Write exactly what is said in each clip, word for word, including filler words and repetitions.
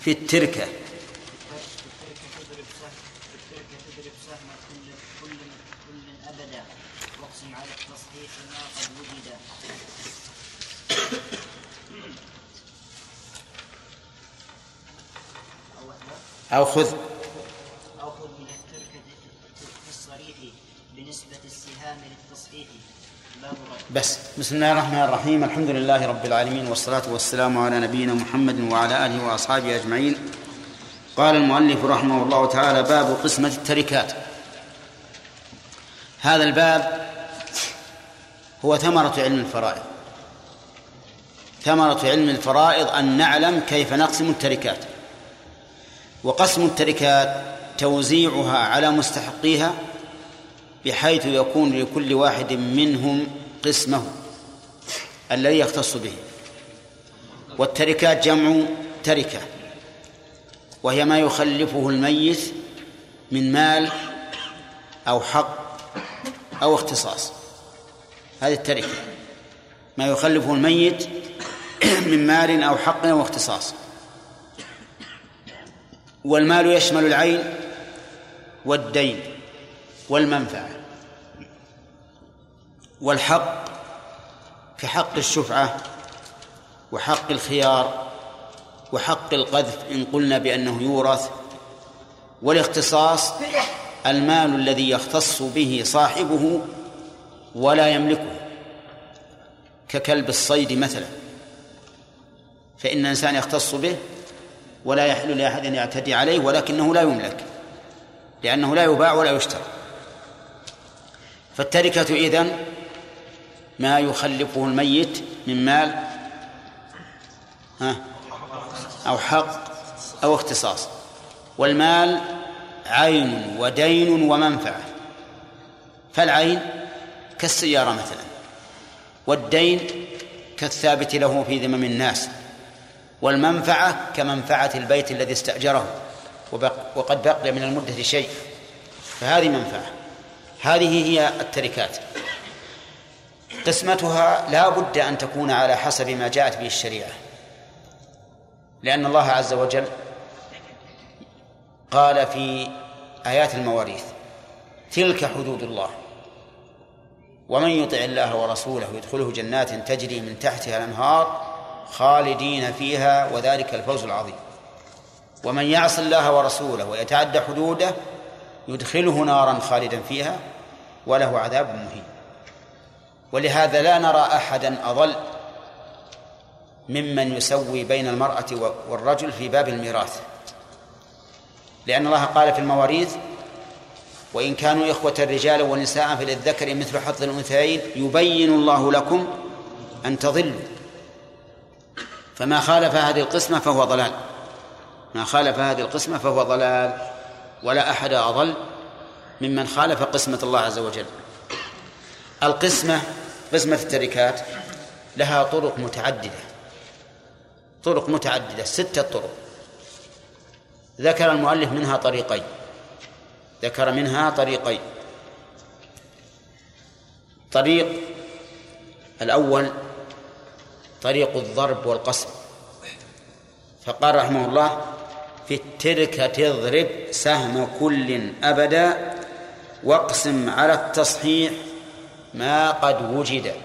في التركة. أو خذ أو خذ من التركة في الصريح بنسبة السهام للتصحيح. بس. بسم الله الرحمن الرحيم. الحمد لله رب العالمين، والصلاة والسلام على نبينا محمد وعلى آله وأصحابه أجمعين. قال المؤلف رحمه الله تعالى: باب قسمة التركات. هذا الباب هو ثمرة علم الفرائض. ثمرة علم الفرائض أن نعلم كيف نقسم التركات. وقسم التركات توزيعها على مستحقيها بحيث يكون لكل واحد منهم قسمه الذي يختص به. والتركات جمع تركة، وهي ما يخلفه الميت من مال أو حق أو اختصاص. هذه التركة ما يخلفه الميت من مال أو حق أو اختصاص. والمال يشمل العين والدين والمنفعة. والحق كحق الشفعة وحق الخيار وحق القذف إن قلنا بأنه يورث. والاختصاص المال الذي يختص به صاحبه ولا يملكه، ككلب الصيد مثلا، فإن الإنسان يختص به ولا يحل لأحد أن يعتدي عليه، ولكنه لا يملك لأنه لا يباع ولا يشترى. فالتركة إذن ما يخلفه الميت من مال ها أو حق أو اختصاص. والمال عين ودين ومنفعة. فالعين كالسيارة مثلا، والدين كالثابت له في ذمم الناس، والمنفعة كمنفعة البيت الذي استأجره وقد بقي من المدة شيء، فهذه منفعة. هذه هي التركات. قسمتها لا بد أن تكون على حسب ما جاءت به الشريعة، لأن الله عز وجل قال في آيات المواريث: تلك حدود الله ومن يطع الله ورسوله يدخله جنات تجري من تحتها الأنهار خالدين فيها وذلك الفوز العظيم. ومن يعص الله ورسوله ويتعدى حدوده يدخله نارا خالدا فيها وله عذاب مهين. ولهذا لا نرى أحدا أضل ممن يسوي بين المرأة والرجل في باب الميراث، لأن الله قال في المواريث: وإن كانوا إخوة رجالا ونساء فللذكر مثل حظ الأنثيين يبين الله لكم أن تضلوا. فما خالف هذه القسمة فهو ضلال، ما خالف هذه القسمة فهو ضلال، ولا أحد أضل ممن خالف قسمة الله عز وجل. القسمة قسمة التركات لها طرق متعددة، طرق متعددة ستة طرق. ذكر المؤلف منها طريقين ذكر منها طريقين طريق الأول طريق الضرب والقسم، فقال رحمه الله: في التركة اضرب سهم كل أبدا واقسم على التصحيح ما قد وجد.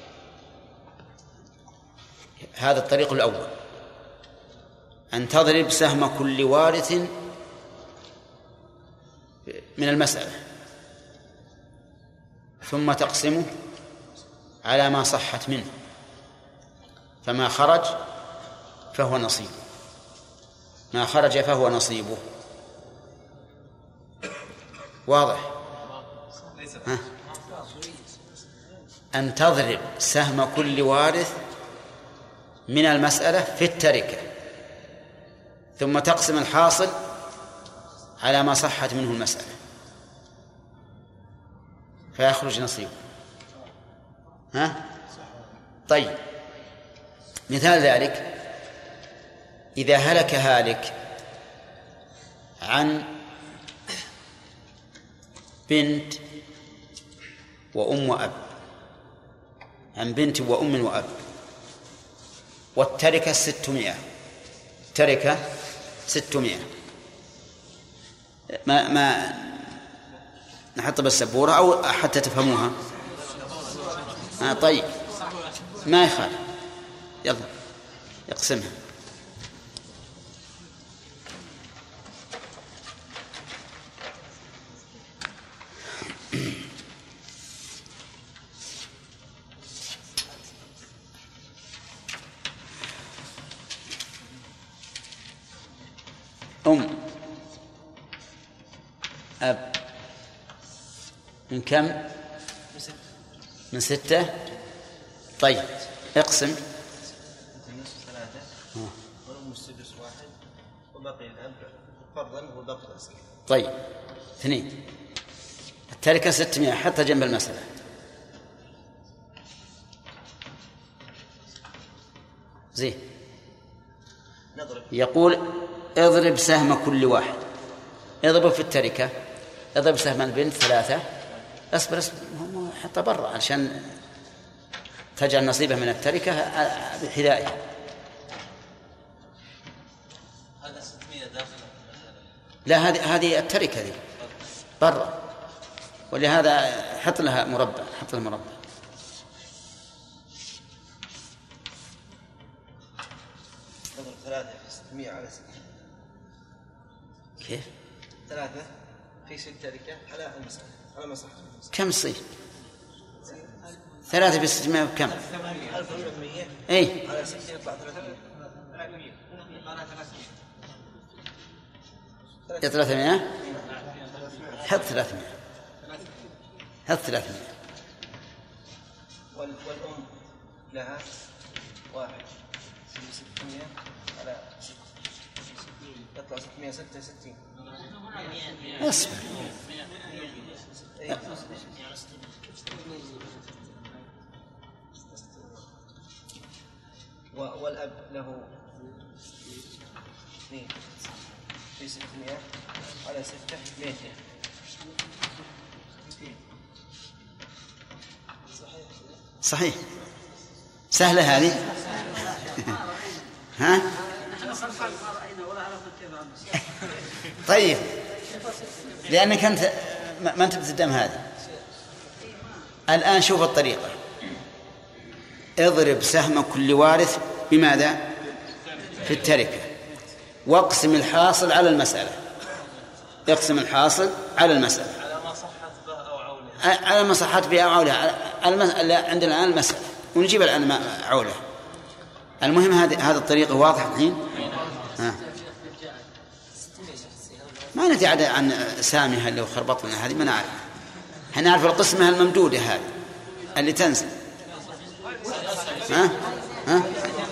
هذا الطريق الأول، أن تضرب سهم كل وارث من المسألة ثم تقسمه على ما صحت منه، فما خرج فهو نصيبه، ما خرج فهو نصيبه. واضح؟ ها؟ أن تضرب سهم كل وارث من المسألة في التركة ثم تقسم الحاصل على ما صحت منه المسألة فيخرج نصيبه. ها؟ طيب، مثال ذلك: إذا هلك هالك عن بنت وأم وأب، عن بنت وأم وأب، والتركة ستمائة، تركة ستمائة. ما ما نحط بالسبورة أو حتى تفهموها. آه طيب ما يخالف، يلا يقسمها. أم أب من كم؟ من ستة. طيب اقسم. النصف ثلاثة والأم السدس واحد وبقي الأب فرضا وبقي الأصل. طيب اثنين. التركة ستمائة حتى جنب المسألة. زين. يقول اضرب سهم كل واحد. اضربه في التركة، اضرب سهم البنت ثلاثة. اصبر اصبر حتى برا عشان تجعل نصيبه من التركة بحذائه. هذا ستمائة داخل. لا هذه هذه التركة هذه برا، ولهذا حط لها مربع، حط لها مربع. اضرب ثلاثة في ستمائة على ستة. كيف؟ ثلاثة في ست تركة على المسألة على مسألة. كم تصير؟ ثلاثة في ستمائة بكم؟ ألف وثلاثمائة. إيه؟ على ستة يطلع ثلاثمائة. يا ثلاثمائة. حط ثلاثمائة. حط ثلاثمائة. والأم لها واحد ستمائة على ستة يطلع ستمائة ستة وستين. اصبر. والأب له اثنين في ستمائة على ستة مئتين. صحيح. سهلة هذه. ها؟ طيب لأنك أنت ما أنت بتدم هذه. الآن شوف الطريقة. اضرب سهم كل وارث بماذا؟ في التركة، واقسم الحاصل على المسألة. اقسم الحاصل على المسألة على ما صحت به أو عوله. على ما صحت به أو عوله. عندنا الآن المسألة ونجيب الآن عوله. المهم هذه هذه الطريقة واضحة الحين. ها. ما نتعدى عن سامها اللي خربطنا هذه ما نعرف. احنا نعرف القسمة الممدودة هذه اللي تنزل. ها؟ ها؟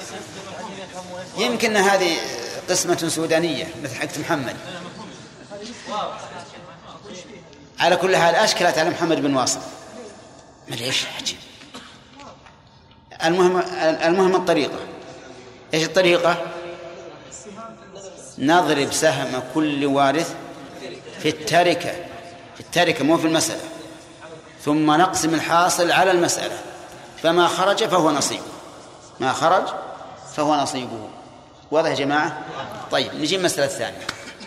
يمكن هذه قسمة سودانية مثل حقت محمد. على كل حال أشكلت على محمد بن واصل. ما ليش عجيب. المهم المهم الطريقة. ايش الطريقة؟ نضرب سهم كل وارث في التركة، في التركة مو في المسألة، ثم نقسم الحاصل على المسألة، فما خرج فهو نصيبه، ما خرج فهو نصيبه. واضح يا جماعة؟ طيب نجيب المسألة الثانية.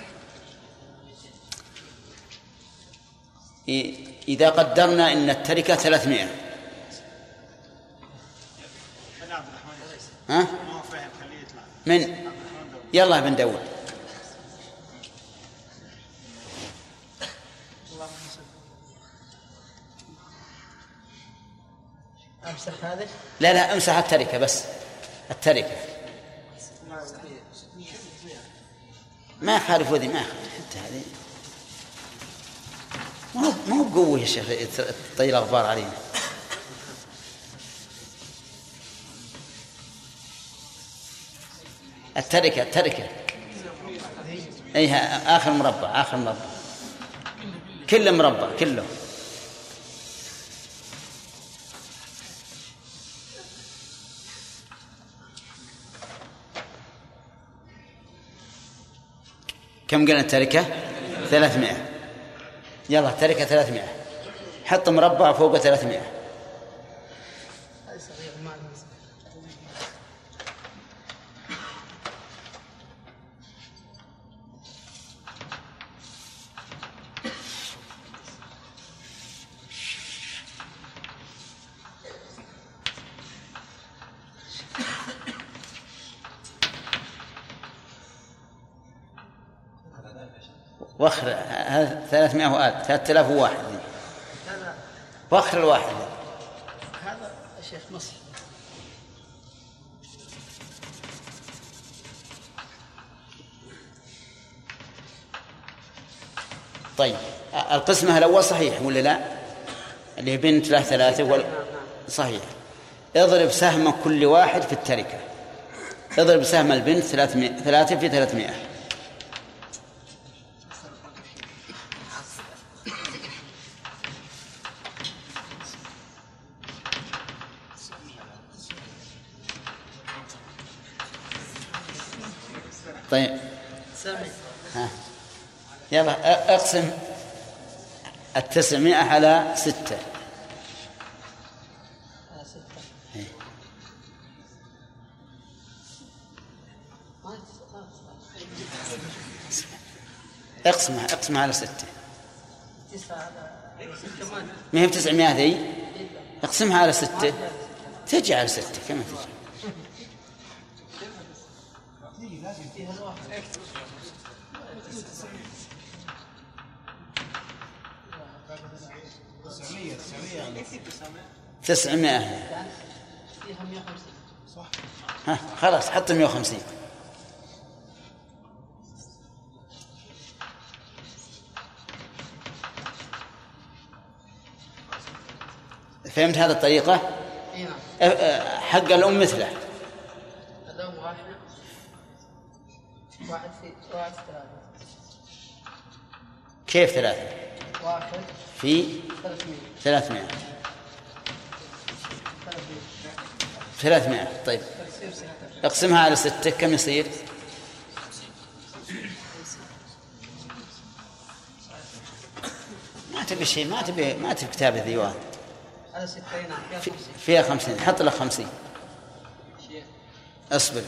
إذا قدرنا إن التركة ثلاثمائة. ها؟ من؟ يلا بن داود. أمسح هذه؟ لا لا امسح التركة بس، التركة ما يخالف وذي ما يخالف. حتى هذه ما هو ما هو بقوة يا شيخ تطير أخبار علينا. التركة التركة أيها آخر مربع، آخر مربع كله مربع كله. كم قلنا التركة؟ ثلاثمائة. يلا التركة ثلاثمائة، حط مربع فوق ثلاثمائة. وخر هذا ثلاثمائة وآل ثلاثة آلاف وواحد وخر الواحد هذا الشيخ مصر. طيب القسمة الأول صحيح ولا لا؟ اللي هي بنت له ثلاثة ولا صحيح. اضرب سهم كل واحد في التركة. اضرب سهم البنت ثلاثة في ثلاثمائة. طيب ها يلا اقسم التسعمائة على ستة. اقسمها اقسمها على ستة. ما هي بتسعمائة ذي، اقسمها على ستة تجي على ستة كما تجي. تسعمائة ها خلاص حط مئة وخمسين. فهمت هذه الطريقة؟ حق الأم مثله. الأم واحد واحد في واحد ثلاثة. كيف ثلاثة؟ واحد في ثلاثمائة. ثلاثمائة. ثلاثمائة. طيب اقسمها على ستة كم يصير؟ ما تبي شيء، ما تبي ما تبي كتابة ديوان. على ستة فيها خمسين. حط لك خمسين. اصبر.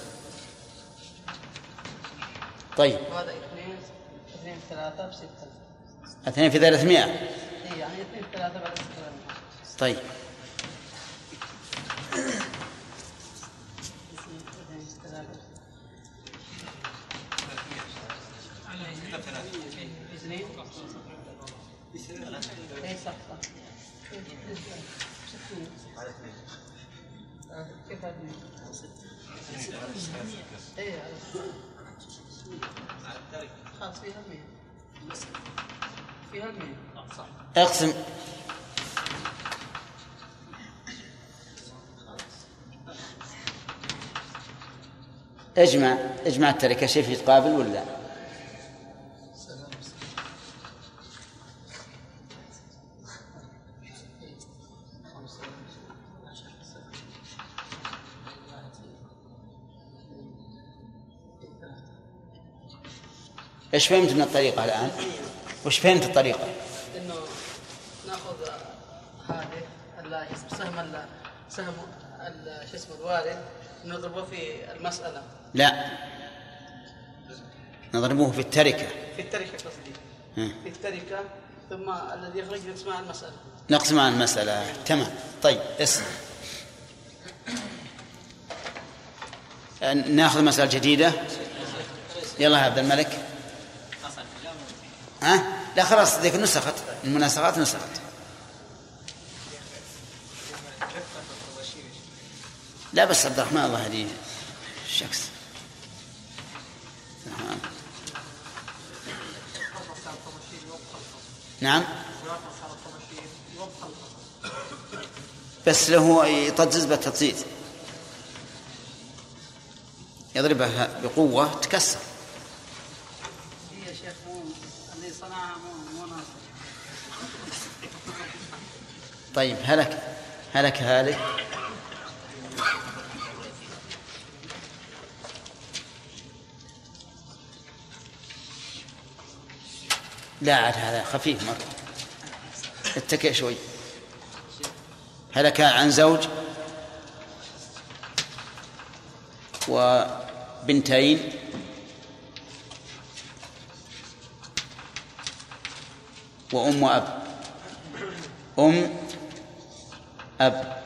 طيب هذا اثنين اثنين ثلاثة بستة. اثنين في ثلاثمائة. إيه يعني اثنين ثلاثة بعد ستة. طيب اي صح صح. كيف هذه؟ اي خلاص فيها المية. فيها المية صح. اقسم اجمع اجمع التركة شيء يتقابل ولا ايش فهمت من الطريقة الآن؟ وش فهمت الطريقة؟ إنه نأخذ هذه سهم سهم شو اسمه الوارد نضربه في المسألة. لا نضربوه في التركة. في التركة قصدي. في التركة ثم الذي يخرج نقسم على المسألة. نقسم على المسألة. تمام. طيب اسمع ناخذ مسألة جديدة. يلا يا عبد الملك. ها؟ لا خلاص ذيك نسخت المناسخات نسخت. لا بس عبد الرحمن الله يهديه الشخص. نعم بس له يطزز بالتطزيز يضربها بقوة تكسر. يا شيخ اللي صنعها مو ناصر. طيب هلك هلك هالك. لا عاد هذا خفيف مرة. اتكئ شوي. هلك عن زوج وبنتين وأم وأب. أم أب.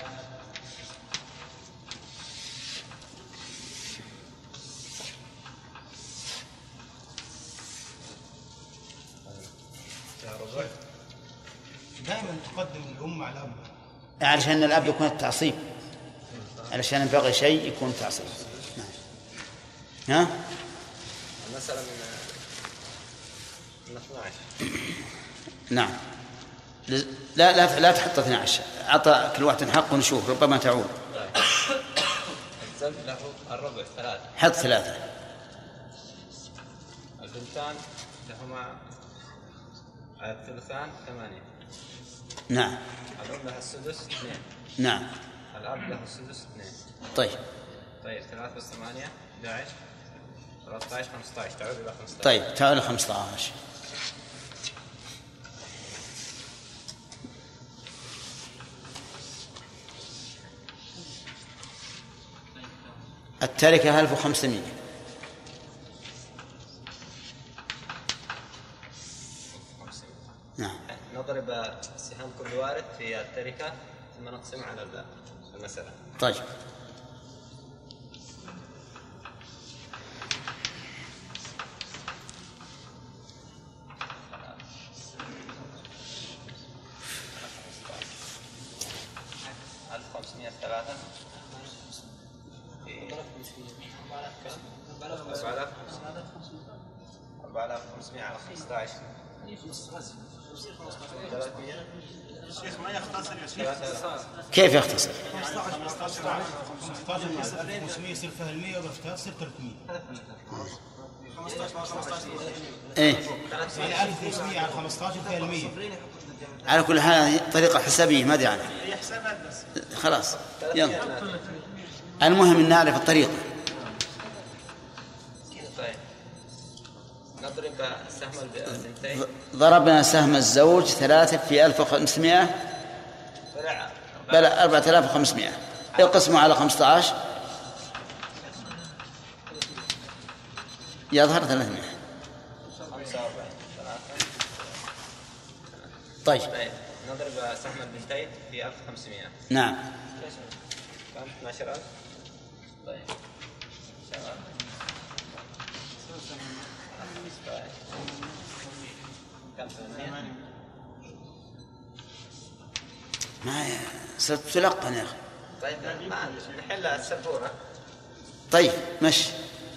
دائما تقدم الأم على الأب علشان الأب يكون التعصيب، علشان ينبغي شيء يكون تعصيب. ها؟ المسألة من من اثنا عشر. نعم. لا لا لا تحط اثنا عشر، أعطى كل واحد حق ونشوف ربما تعود. الزوج له الربع ثلاثة. حط ثلاثة. البنتان لهما الثلثان ثمانية. نعم. الأم لها السدس اثنين. نعم. الأب له السدس اثنين. طيب. طيب ثلاثة بس ثمانية أحد عشر ثلاثة عشر خمسة عشر تعود إلى خمسة عشر. طيب تعود إلى خمسة عشر. التركة ألف وخمسمائة. نعم. نضرب سهام كل وارث في التركة ثم نقسم على المسألة. طيب. ألف وخمسمائة ثلاثة أربعة آلاف وخمسمائة على خمسة عشر شيخ ما يختصر يا شيخ. كيف يختصر؟ خمسة عشر ألف وخمسمائة يصير فيها المية وبفتها يصير ثلاثمائة. إيه؟ يعني ألف وخمسمائة على خمسة عشر فيها المية. على كل حال طريقة حسابية ما أدري عنها. خلاص يلا. المهم أن نعرف الطريقة. طيب نضرب سهم البنتين. ضربنا سهم الزوج ثلاثة في ألف وخمسمائة بل أربعة آلاف وخمسمائة يقسموا على خمسة عشر يظهر ثلاثمائة. طيب نضرب سهم البنتين في ألف وخمسمائة. نعم. كم اثنا عشر ألف. طيب كم ثمانية. ما صرت تلقن يا أخي. طيب ما نحل السبورة. طيب مشي.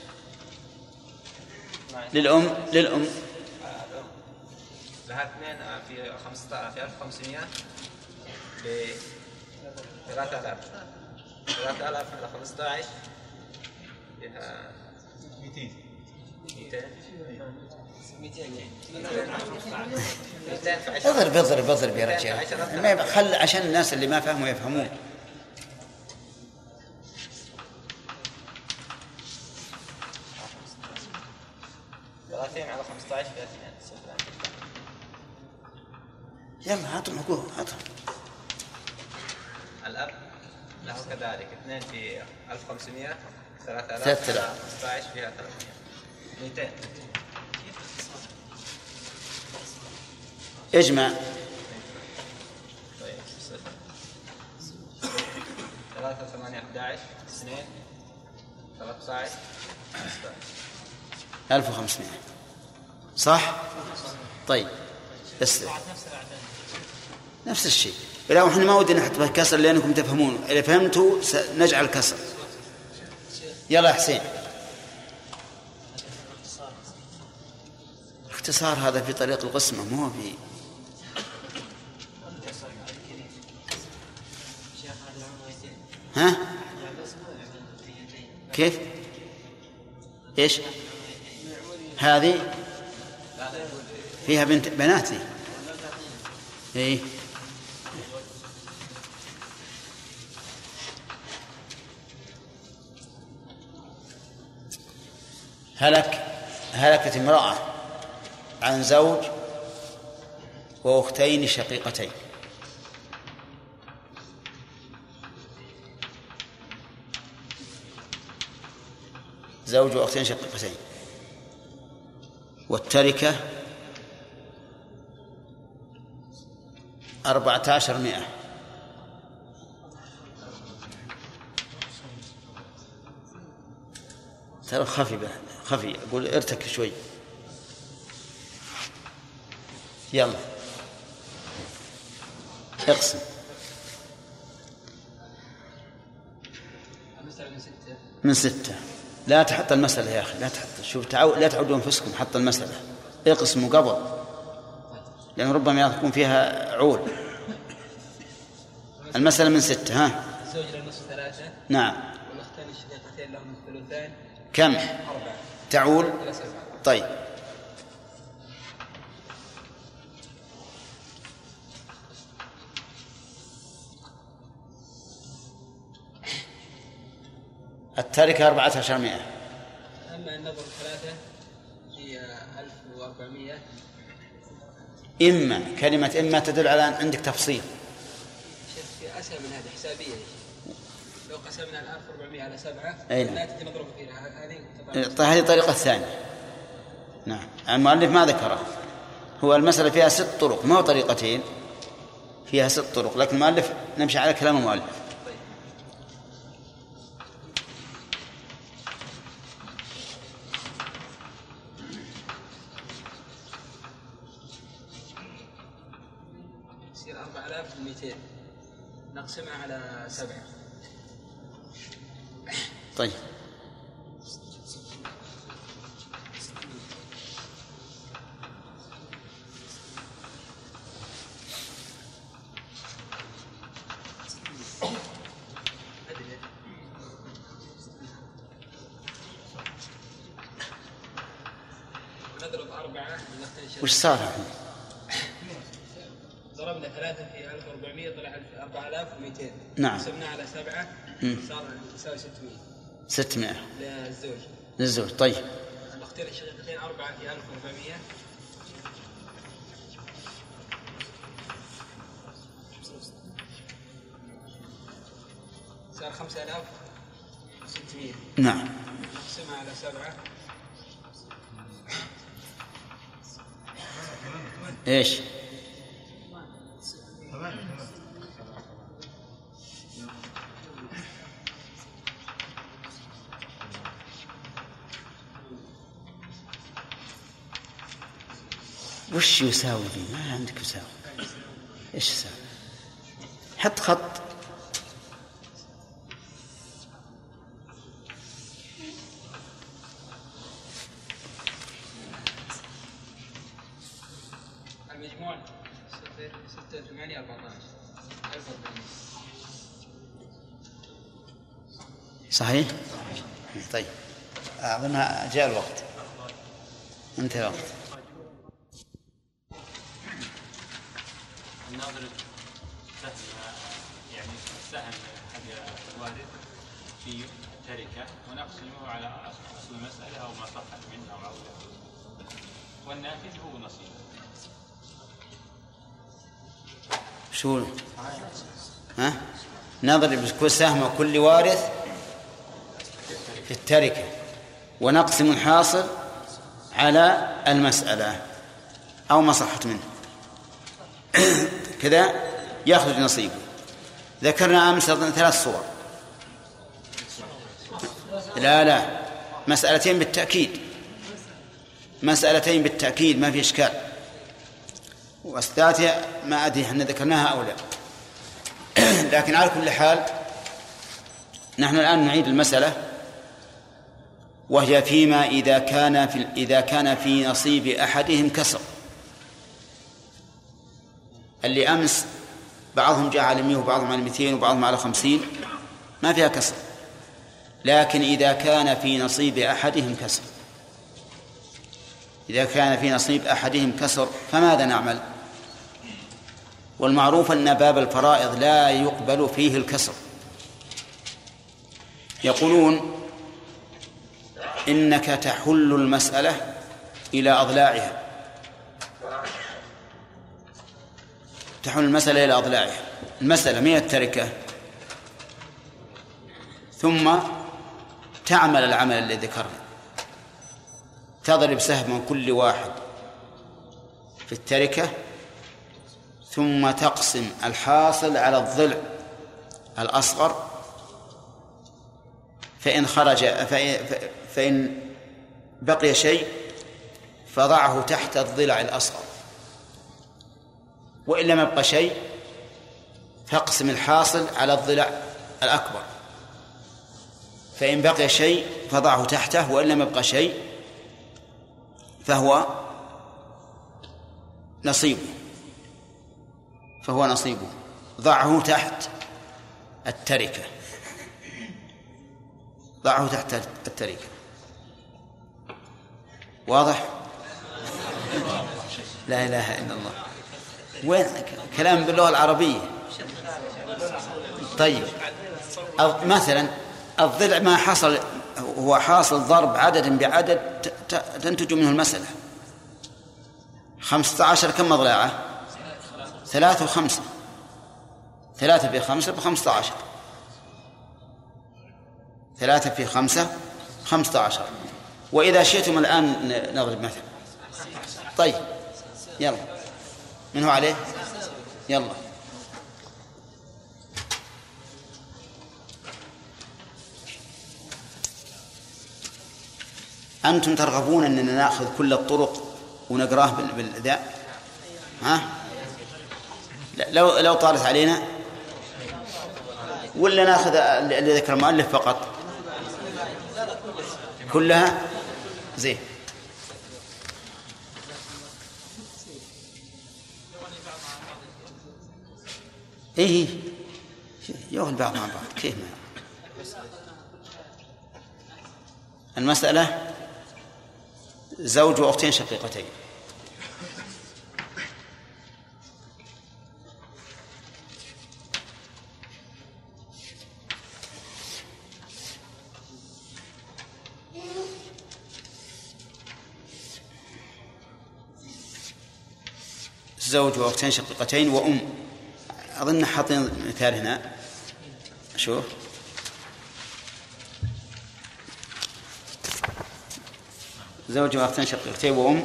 للأم للأم لها اثنين في خمسة في ألف وخمسمائة ب ثلاثة آلاف. ثلاثة آلاف على خمسة عشر فيها مئتين. مئتين. اضرب اضرب اضرب يا رجال ما خل عشان الناس اللي ما فهموا يفهمون. ثلاثين على خمسة عشر فيها اثنين. يلا هاتوا حقوق هاتوا. الأب له كذلك اثنين في ألف وخمسمائة ثلاثة آلاف ثلاثة آلاف خمسة عشر فيها ثلاثمائة. مئتين. اجمع. طيب ثلاثة ثمانية أحد عشر اثنين ثلاثة عشر ألف وخمسمائة صح؟ طيب بس نفس الشيء. لو احنا ما ودنا نحط كسر لأنكم تفهمون. إذا فهمتوا نجعل كسر. يلا يا حسين. اختصار هذا في طريق القسمة مو في ها؟ كيف؟ ايش؟ هذه فيها بنت بناتي. ايه هلك هلكت امرأة عن زوج وأختين شقيقتين. زوج وأختين شقيقتين والتركة أربعة عشر مئة. ترى خفي به خفي. أقول ارتك شوي. يلا اقسم. المسألة من ستة. من ستة. لا تحط المسألة يا أخي، لا تحط. شوف تعو... لا تعودوا أنفسكم، حط المسألة. اقسموا قبل، لأن ربما يكون فيها عول. المسألة من ستة. ها. الزوج للنصف ثلاثة. نعم. والأختان الشقيقتين لهم الثلثان. كم؟ أربعة. تعول. إلى سبعة. طيب. التركة أربعة عشر مئة. أما النظر ثلاثة هي ألف وأربعمائة. إما كلمة إما تدل على أن عندك تفصيل. في أسهل من هذه حسابية. لو قسمنا ال ألف وأربعمائة على سبعة لا تجي نضرب فيها. هذه طيب هذه الطريقة الثانية. نعم. المؤلف ما ذكره. هو المسألة فيها ست طرق، ما هو طريقتين، فيها ست طرق، لكن المؤلف نمشي على كلام المؤلف. يصير أربعة آلاف ومئتين نقسمها على سبعة. طيب. نضرب أربعة. وش صار؟ ضربنا ثلاثة في ألف وأربعمائة طلع أربعة آلاف ومئتين. نعم. قسمنا على سبعة صار يساوي ستمائة. ستمائة للزوج. للزوج. طيب. الأختين الشقيقتين أربعة في ألف وأربعمائة. صار خمسة آلاف وستمائة. نعم. نقسمها على سبعة. إيش؟ وش يساوي دي؟ ما عندك يساوي. إيش يساوي؟ حط خط. المجموع ستة ثمانية أربعة عشر. صحيح؟ طيب أظنها جاء الوقت، انتهى الوقت. نضرب سهم، يعني السهم حق الوارث في تركة ونقسمه على أصل المسألة أو ما صح منها أو عوده، والناتج هو نصيب. شو؟ ها؟ نضرب كل سهم وكل وارث في التركة ونقسم الحاصل على المسألة أو ما صحت منه كذا يأخذ نصيبه. ذكرنا أمس ثلاث صور. لا لا مسألتين بالتأكيد، مسألتين بالتأكيد ما في إشكال. والثالثة ما أدري إحنا ذكرناها أو لا لكن على كل حال نحن الآن نعيد المسألة، وهي فيما إذا كان في إذا كان في نصيب أحدهم كسر. اللي أمس بعضهم جاء على مئة وبعضهم على مئتين وبعضهم على خمسين ما فيها كسر، لكن إذا كان في نصيب أحدهم كسر إذا كان في نصيب أحدهم كسر فماذا نعمل؟ والمعروف أن باب الفرائض لا يقبل فيه الكسر. يقولون إنك تحل المسألة إلى أضلاعها، تحل المسألة إلى أضلاعها. المسألة من التركة، ثم تعمل العمل الذي ذكرنا، تضرب سهم كل واحد في التركة ثم تقسم الحاصل على الضلع الأصغر، فإن خرج فإن بقي شيء فضعه تحت الضلع الأصغر، وإن لم يبقى شيء فاقسم الحاصل على الضلع الأكبر، فإن بقي شيء فضعه تحته، وإن لم يبقى شيء فهو نصيبه فهو نصيبه ضعه تحت التركة ضعه تحت التركة. واضح؟ لا إله إلا الله، وين كلام باللغة العربية؟ طيب مثلا الضلع ما حصل هو حاصل ضرب عدد بعدد تنتج منه المسألة. خمسة عشر كم ضلعه؟ ثلاثة وخمسة، ثلاثة في خمسة بخمسة عشر، ثلاثة في خمسة خمسة عشر. وإذا شئتم الآن نضرب مثلا. طيب يلا، من هو عليه؟ يلا أنتم ترغبون أننا نأخذ كل الطرق ونقراه بالذاء؟ ها؟ لو لو طالت علينا، ولا ناخذ اللي ذكر المؤلف فقط كلها؟ زين. إيه يأخذ بعض مع بعض كيف ما المسألة زوج وأختين شقيقتين. زوج وأختين شقيقتين وأم. أظن حاطين مثال هنا، شوف زوج وأختين شقيقتين وأم.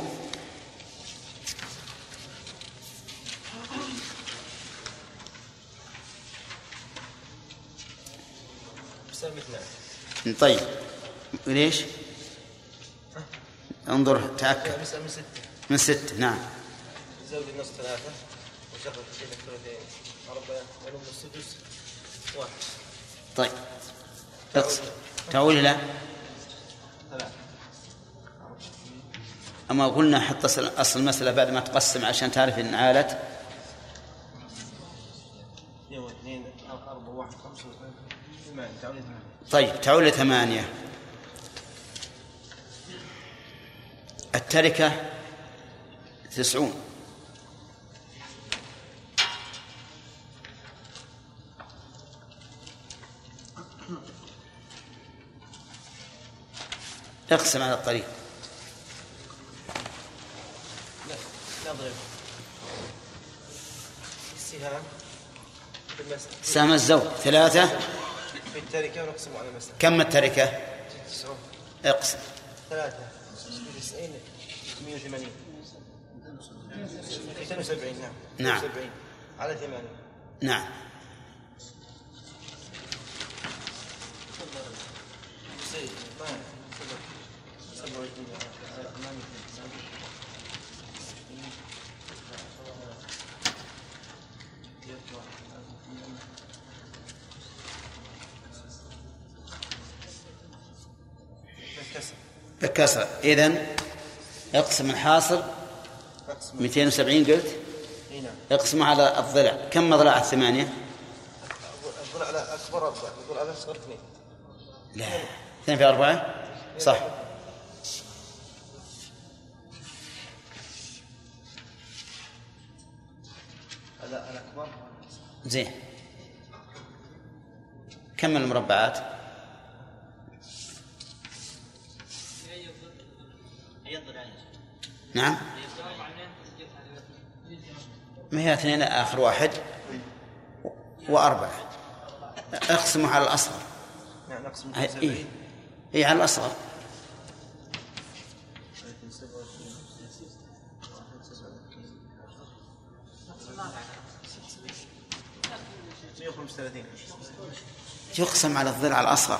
طيب ليش؟ انظر تأكد. من ستة. من ستة نعم. زوج النص ثلاثة وشقيقتين الثلثين أربعة ولهم السدس واحد. طيب تعول لا أما قلنا حط أصل المسألة بعد ما تقسم عشان تعرف إن عالت. طيب تعول ثمانية. التركة تسعون. اقسم على الطريق. نضرب السهام سهم الزوج ثلاثة في التركة ونقسم على المسألة. كم التركة؟ اقسم ثلاثة تسعين مئة وثمانين اثنين وسبعين. نعم نعم سبعين على ثمانين. نعم بالكسر. إذن اقسم الحاصل مئتين وسبعين قلت. اقسم على الضلع. كم ضلع الثمانية؟ الضلع لا أكبر أربعة. الضلع لا أصغر اثنين. لا اثنين في أربعة صح. لا الأكبر زين. كم من المربعات؟ نعم ما هي اثنين آخر واحد وأربعة. اقسموا على الأصغر. نعم نقسم إيه إيه على الأصغر. يقسم على الضلع الأصغر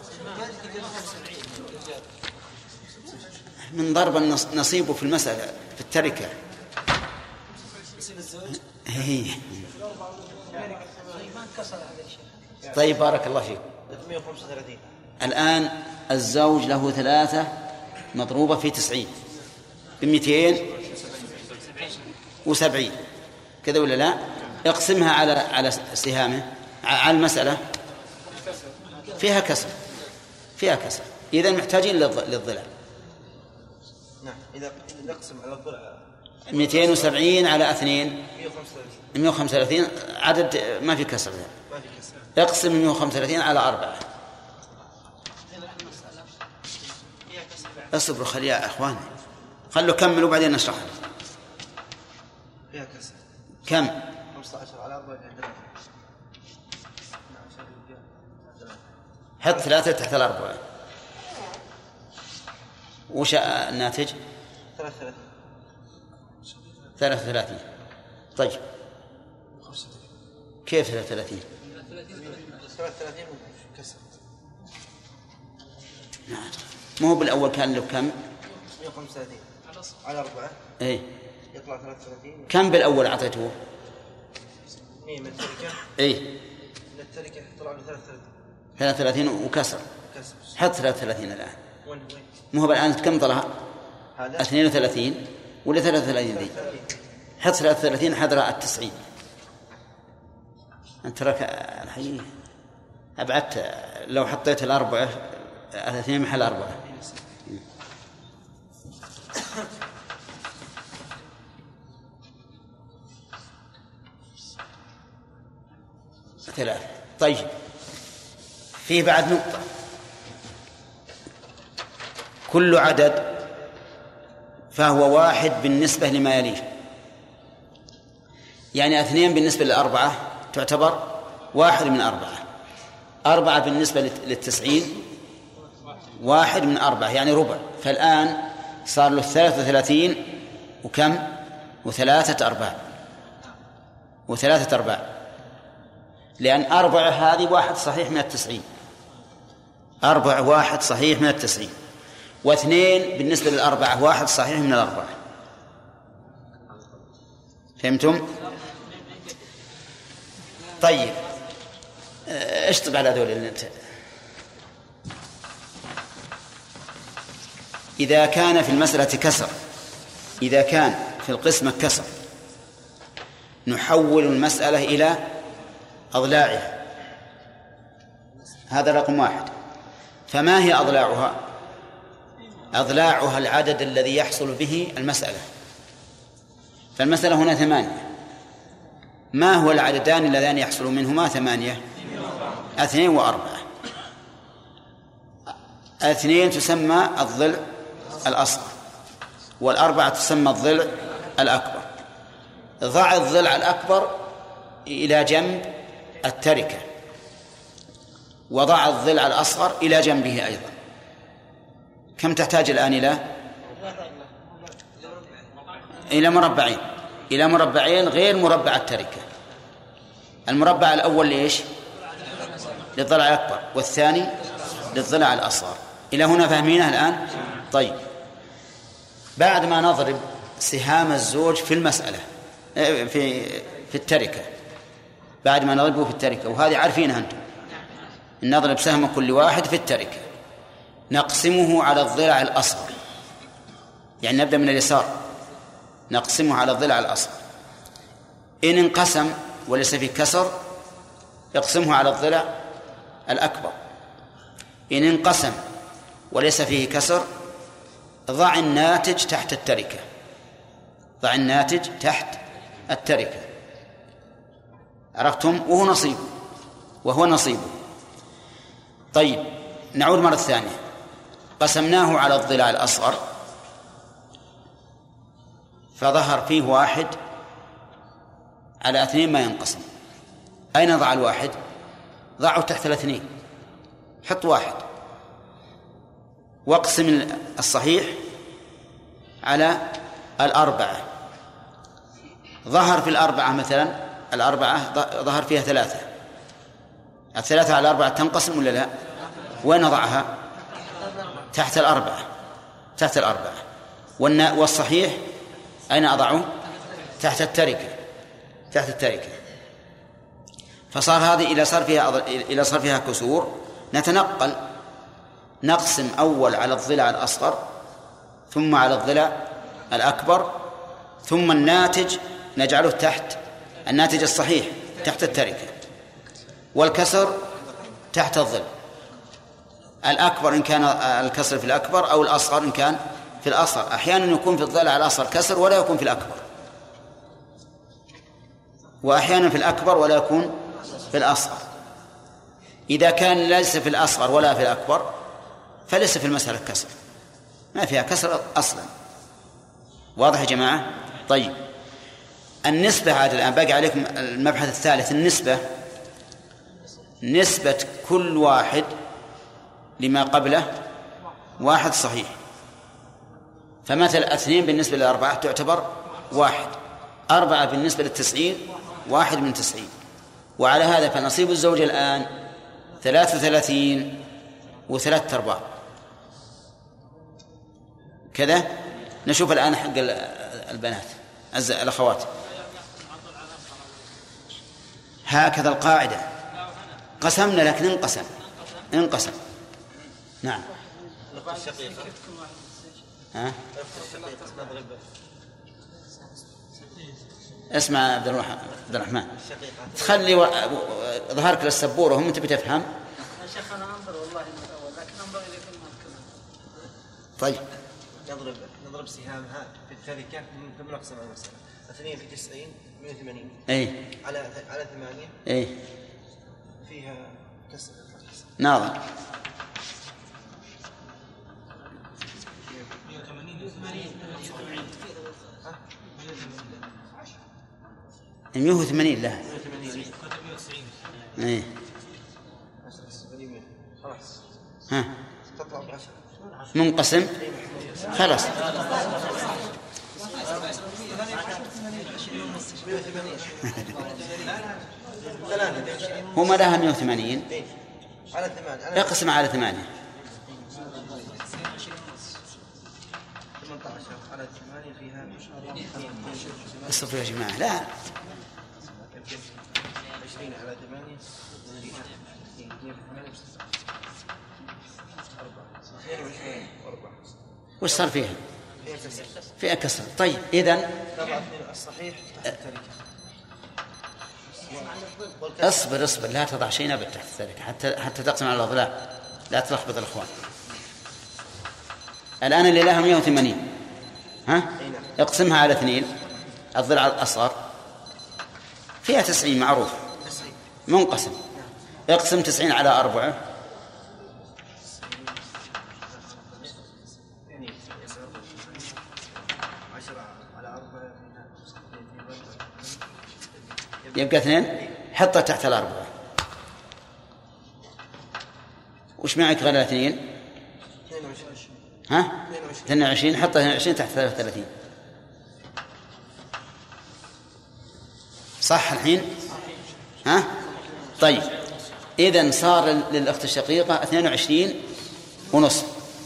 من ضرب نصيبه في المسألة في التركة. هي طيب بارك الله فيك. ثلاثمائة وخمسة وثلاثين. الآن الزوج له ثلاثة مضروبة في تسعين بمئتين وسبعين كذا ولا لا؟ اقسمها على على سهامه على المسألة فيها كسر فيها كسر إذا محتاجين للضلع. نعم. إذا نقسم على الضلع مئتين وسبعين على اثنين مئة وخمسة وثلاثين. مئة وخمسة وثلاثين عدد ما في كسر. ما في كسر. اقسم مئة وخمسة وثلاثين على أربعة. اصبروا خلي يا أخوان خلوا كملوا وبعدين نشرح. فيها كسر. كم؟ خمسة عشر على أربعة. حط ثلاثة تحت الأربعة. وش الناتج؟ ثلاثة وثلاثين. ثلاثة وثلاثين. طيب كيف ثلاثة وثلاثين؟ ثلاثة وثلاثين كسر. نعم. ما هو بالأول كان له كم؟ مئة وخمسة وثلاثين على أربعة. إيه. يطلع ثلاثة وثلاثين. كم بالأول أعطيته؟ إيه من التركة. إيه. من التركة طلع له ثلاثة وثلاثين. ثلاثة وثلاثين وكسر. كسر. حط ثلاثة وثلاثين الآن. وين وين؟ ما هو الآن كم طلع؟ هذا. اثنين وثلاثين ولا ثلاثة وثلاثين ذي؟ حط ثلاثة وثلاثين حضر التسعين. أنت ترك الحقيقة أبعدت لو حطيت الأربعة الاثنين محل أربعة. ثلاثة. طيب فيه بعد نقطة. كل عدد فهو واحد بالنسبة لما يليه. يعني اثنين بالنسبة للأربعة تعتبر واحد من أربعة. أربعة بالنسبة للتسعين واحد من أربعة يعني ربع. فالآن صار له ثلاثة وثلاثين وكم وثلاثة أرباع وثلاثة أرباع لأن أربعة هذه واحد صحيح من التسعين. أربع واحد صحيح من التسعين واثنين بالنسبة للأربعة واحد صحيح من الأربعة. فهمتم؟ طيب اشطب على ذول اللي انت. إذا كان في المسألة كسر إذا كان في القسمة كسر نحول المسألة إلى أضلاعها. هذا رقم واحد. فما هي أضلاعها؟ أضلاعها العدد الذي يحصل به المسألة. فالمسألة هنا ثمانية. ما هو العددان اللذان يحصل منهما ثمانية؟ اثنين وأربعة. اثنين تسمى الضلع الأصغر والأربعة تسمى الضلع الأكبر. ضع الضلع الأكبر إلى جنب التركة وضع الضلع الأصغر إلى جنبه أيضا. كم تحتاج الآن إلى إلى مربعين إلى مربعين غير مربع التركة. المربع الأول ليش؟ للضلع الأكبر والثاني للضلع الأصغر. إلى هنا فهمينه الآن؟ طيب بعد ما نضرب سهام الزوج في المسألة في في التركة بعد ما نضربه في التركة وهذه عارفينها أنتم نضرب سهم كل واحد في التركة نقسمه على الضلع الأصغر. يعني نبدأ من اليسار نقسمه على الضلع الأصغر. إن انقسم وليس فيه كسر يقسمه على الضلع الأكبر. إن انقسم وليس فيه كسر ضع الناتج تحت التركة. ضع الناتج تحت التركة. عرفتم؟ وهو نصيبه وهو نصيبه. طيب نعود مرة ثانية. قسمناه على الضلع الأصغر فظهر فيه واحد على اثنين ما ينقسم. أين ضع الواحد؟ ضعه تحت الاثنين. حط واحد واقسم الصحيح على الأربعة. ظهر في الأربعة مثلا الأربعة ظهر فيها ثلاثة. الثلاثة على الأربعة تنقسم ولا لا؟ وين نضعها؟ تحت الأربعة تحت الأربعة. والصحيح أين أضعه؟ تحت التركة تحت التركة. فصار هذه إلى صرفها إلى صرفها كسور نتنقل، نقسم أول على الضلع الأصغر ثم على الضلع الأكبر، ثم الناتج نجعله تحت الناتج الصحيح تحت التركة، والكسر تحت الضلع الأكبر إن كان الكسر في الأكبر، أو الأصغر إن كان في الأصغر. أحيانا يكون في الضلع الأصغر كسر ولا يكون في الأكبر، وأحيانا في الأكبر ولا يكون في الأصغر. إذا كان ليس في الأصغر ولا في الأكبر فليس في المسألة كسر، ما فيها كسر أصلا. واضح يا جماعة؟ طيب النسبة عاد الآن باقي عليكم المبحث الثالث، النسبة. نسبة كل واحد لما قبله واحد صحيح، فمثل اثنين بالنسبة للأربعة تعتبر واحد، أربعة بالنسبة للتسعين واحد من تسعين. وعلى هذا فنصيب الزوج الآن ثلاثة وثلاثين وثلاثة أرباع كذا. نشوف الآن حق البنات الأخوات. هكذا القاعدة، قسمنا لكن انقسم انقسم نعم. ها؟ اسمع عبد الرحمن، تخلي و... ظهرك للسبورة وهم انت بتفهم. شيخ انا انظر والله من الاول، لكن انظر الى كلمه كلمه. طيب نضرب نضرب سهامها في التركه ثم نقسم على المساله. اثنين في تسعين مئة وثمانين اي على على ثمانية اي فيها كسر ناظر مئة وثمانين لا ايه خلاص ها تطلع بعشرة منقسم خلاص. هما لها مئة وثمانين على ثمانية اقسم على ثمانية ثمانية عشر على ثمانية فيها اصرفوا يا جماعة لا عشرين على ثمانية وش صار فيها؟ فيها كسر. طيب إذن الصحيح اصبر اصبر لا تضع شيء أبد تحت التركة حتى حتى تقسم على الأضلاع، لا تلخبط الأخوان. الآن اللي لها مئة وثمانين ها اقسمها على اثنين، الضلع الأصغر فيها تسعين معروف منقسم، اقسم تسعين على أربعة يبقى اثنين، حطها تحت الأربعة. وش معك غير الاثنين؟ ها؟ اثنين وعشرين، حطها اثنين وعشرين تحت ثلاثة وثلاثين. صح الحين؟ ها؟ طيب إذن صار للأخت الشقيقة اثنين وعشرين ونصف.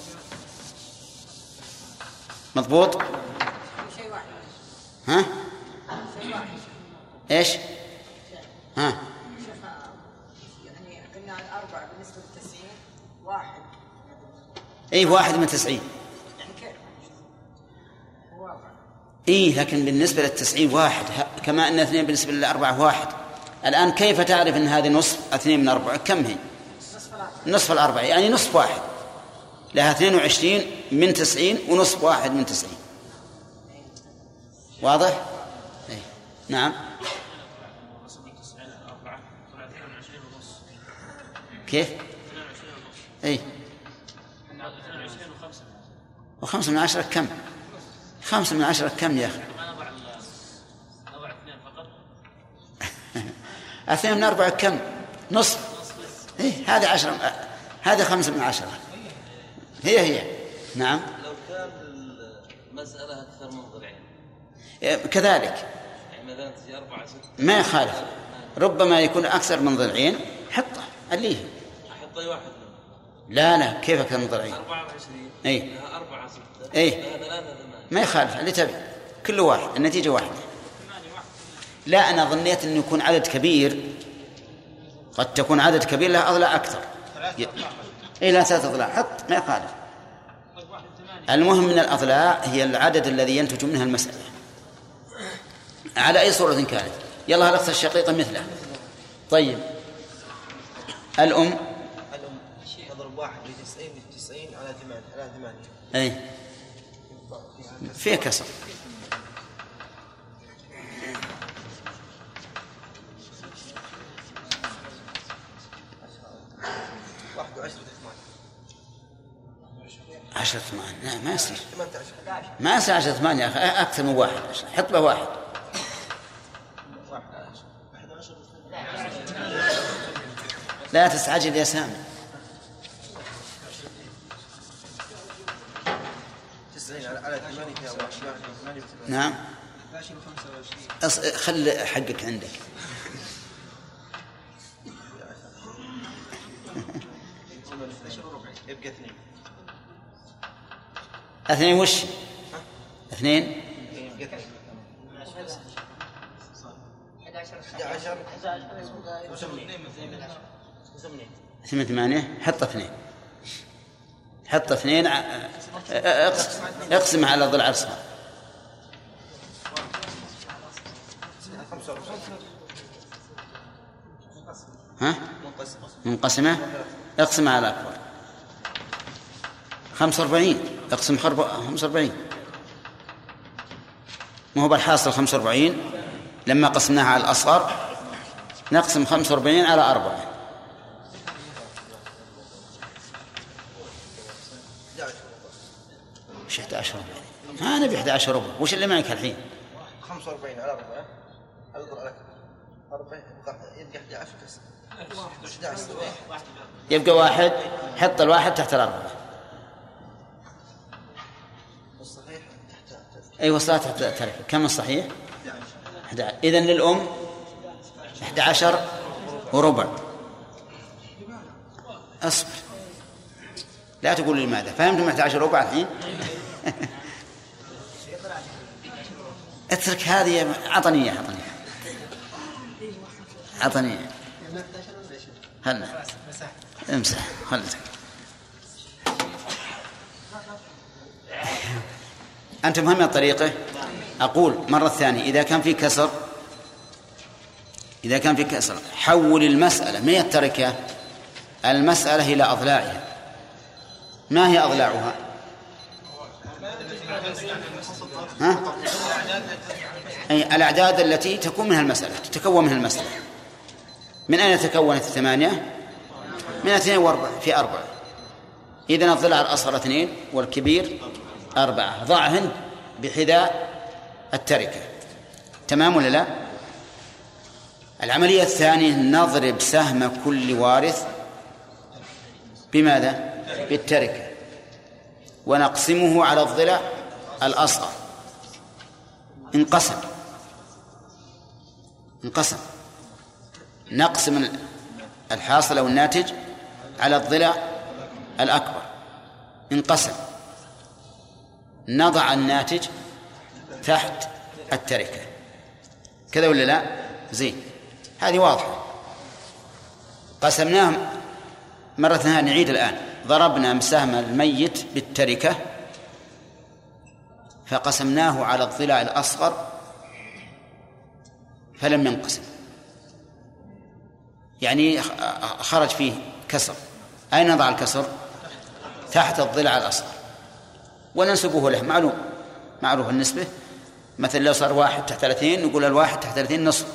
مضبوط؟ ها؟ إيش؟ ها؟ يعني قلنا الأربعة بالنسبة للتسعين واحد. إيه واحد من تسعين. يعني كيف؟ واحد. إيه لكن بالنسبة للتسعين واحد، كما أن اثنين بالنسبة للأربعة واحد. الآن كيف تعرف أن هذه نصف اثنين من أربعة؟ كم هي؟ نصف الأربعة. نصف الأربعة يعني نصف واحد، لها اثنين وعشرين من تسعين ونصف واحد من تسعين. واضح؟ إيه. نعم. كيف؟ اي وخمسة من عشرة كم؟ خمسة من عشرة كم يا أخي؟ اثنين من أربعة كم؟ نصف. إيه هذه عشرة، هذه خمسة من عشرة هي هي. نعم. لو كان المسألة أكثر من ضلعين كذلك يعني مثلا تجي أربعة ستة ما يخالف، ربما يكون أكثر من ضلعين حطه اللي هي أحط واحد لا لا كيف أكثر من ضلعين؟ أربعة وعشرين أي أربعة ستة أي ثلاثة ثمانية ما يخالف اللي تبي، كل واحد النتيجة واحدة. لا أنا ظنيت أنه يكون عدد كبير قد تكون عدد كبير لها أضلاع أكثر. إيه لا ثلاثة أضلاع حط ما يخالف. المهم من الأضلاع هي العدد الذي ينتج منها المسألة على أي صورة كانت. يلا الأخت الشقيقة مثله. طيب الأم الأم نضرب واحد بتسعين بتسعين على ثمانية على ثمانية. أي فيه كسر. واحد وعشرة ثمانية. عشرة ثمانية لا ما يصير ما يصير عشرة ثمانية أكثر من واحد. حط له واحد. لا تستعجل يا سامي. تسعين على ثمانية فيها واحد. نعم خل حقك عندك. يبقى اثنين. اثنين وش؟ اثنين ثمانية ثمانية. حط اثنين حط اثنين اقسم على ضلع الصغار. ها منقسمة اقسم على أكبر. خمسة وأربعين اقسم خمسة وأربعين. ما هو بالحاصل خمسة وأربعين لما قسمناها على الأصغر نقسم خمسة وأربعين على أربعة. وش إحدى عشر ربع؟ ما نبي إحدى عشر ربع. وش اللي معك الحين؟ خمسة وأربعين على أربعة أضرب لك أربعة يبقى إحدى عشر كسر. يبقى واحد. حط الواحد تحت الأربعة. الصحيح تحت. أيوة صار تحت التركة. كم الصحيح؟ إذن للأم إحدى عشر وربع. أصبر لا تقول لي ماذا. فهمتم إحدى عشر ربع الحين؟ اترك هذه. عطني عطني عطني هلا امسح خلتك. أنت مهم الطريقة. أقول مرة ثانية إذا كان في كسر إذا كان في كسر حول المسألة ما يتركها المسألة إلى أضلاعها. ما هي أضلاعها؟ ها؟ أي الأعداد التي تكون منها المسألة تتكون منها المسألة. من أين تكونت الثمانية؟ من اثنين وأربعة في أربعة. إذن الضلع الأصغر اثنين والكبير أربعة. ضعهن بحذاء التركة. تمام ولا لا؟ العملية الثانية نضرب سهم كل وارث بماذا؟ بالتركة ونقسمه على الضلع الأصغر. انقسم انقسم نقسم الحاصل أو الناتج على الضلع الأكبر. انقسم نضع الناتج تحت التركة. كذا ولا لا؟ زين هذه واضحة. قسمناهم مرة ثانية. نعيد الآن. ضربنا مسهم الميت بالتركة فقسمناه على الضلع الأصغر فلم ينقسم. يعني خرج فيه كسر. أين نضع الكسر؟ تحت الضلع الأصغر وننسبه له. معلوم معروف النسبة. مثلا لو صار واحد تحت ثلاثين نقول الواحد تحت ثلاثين نصف.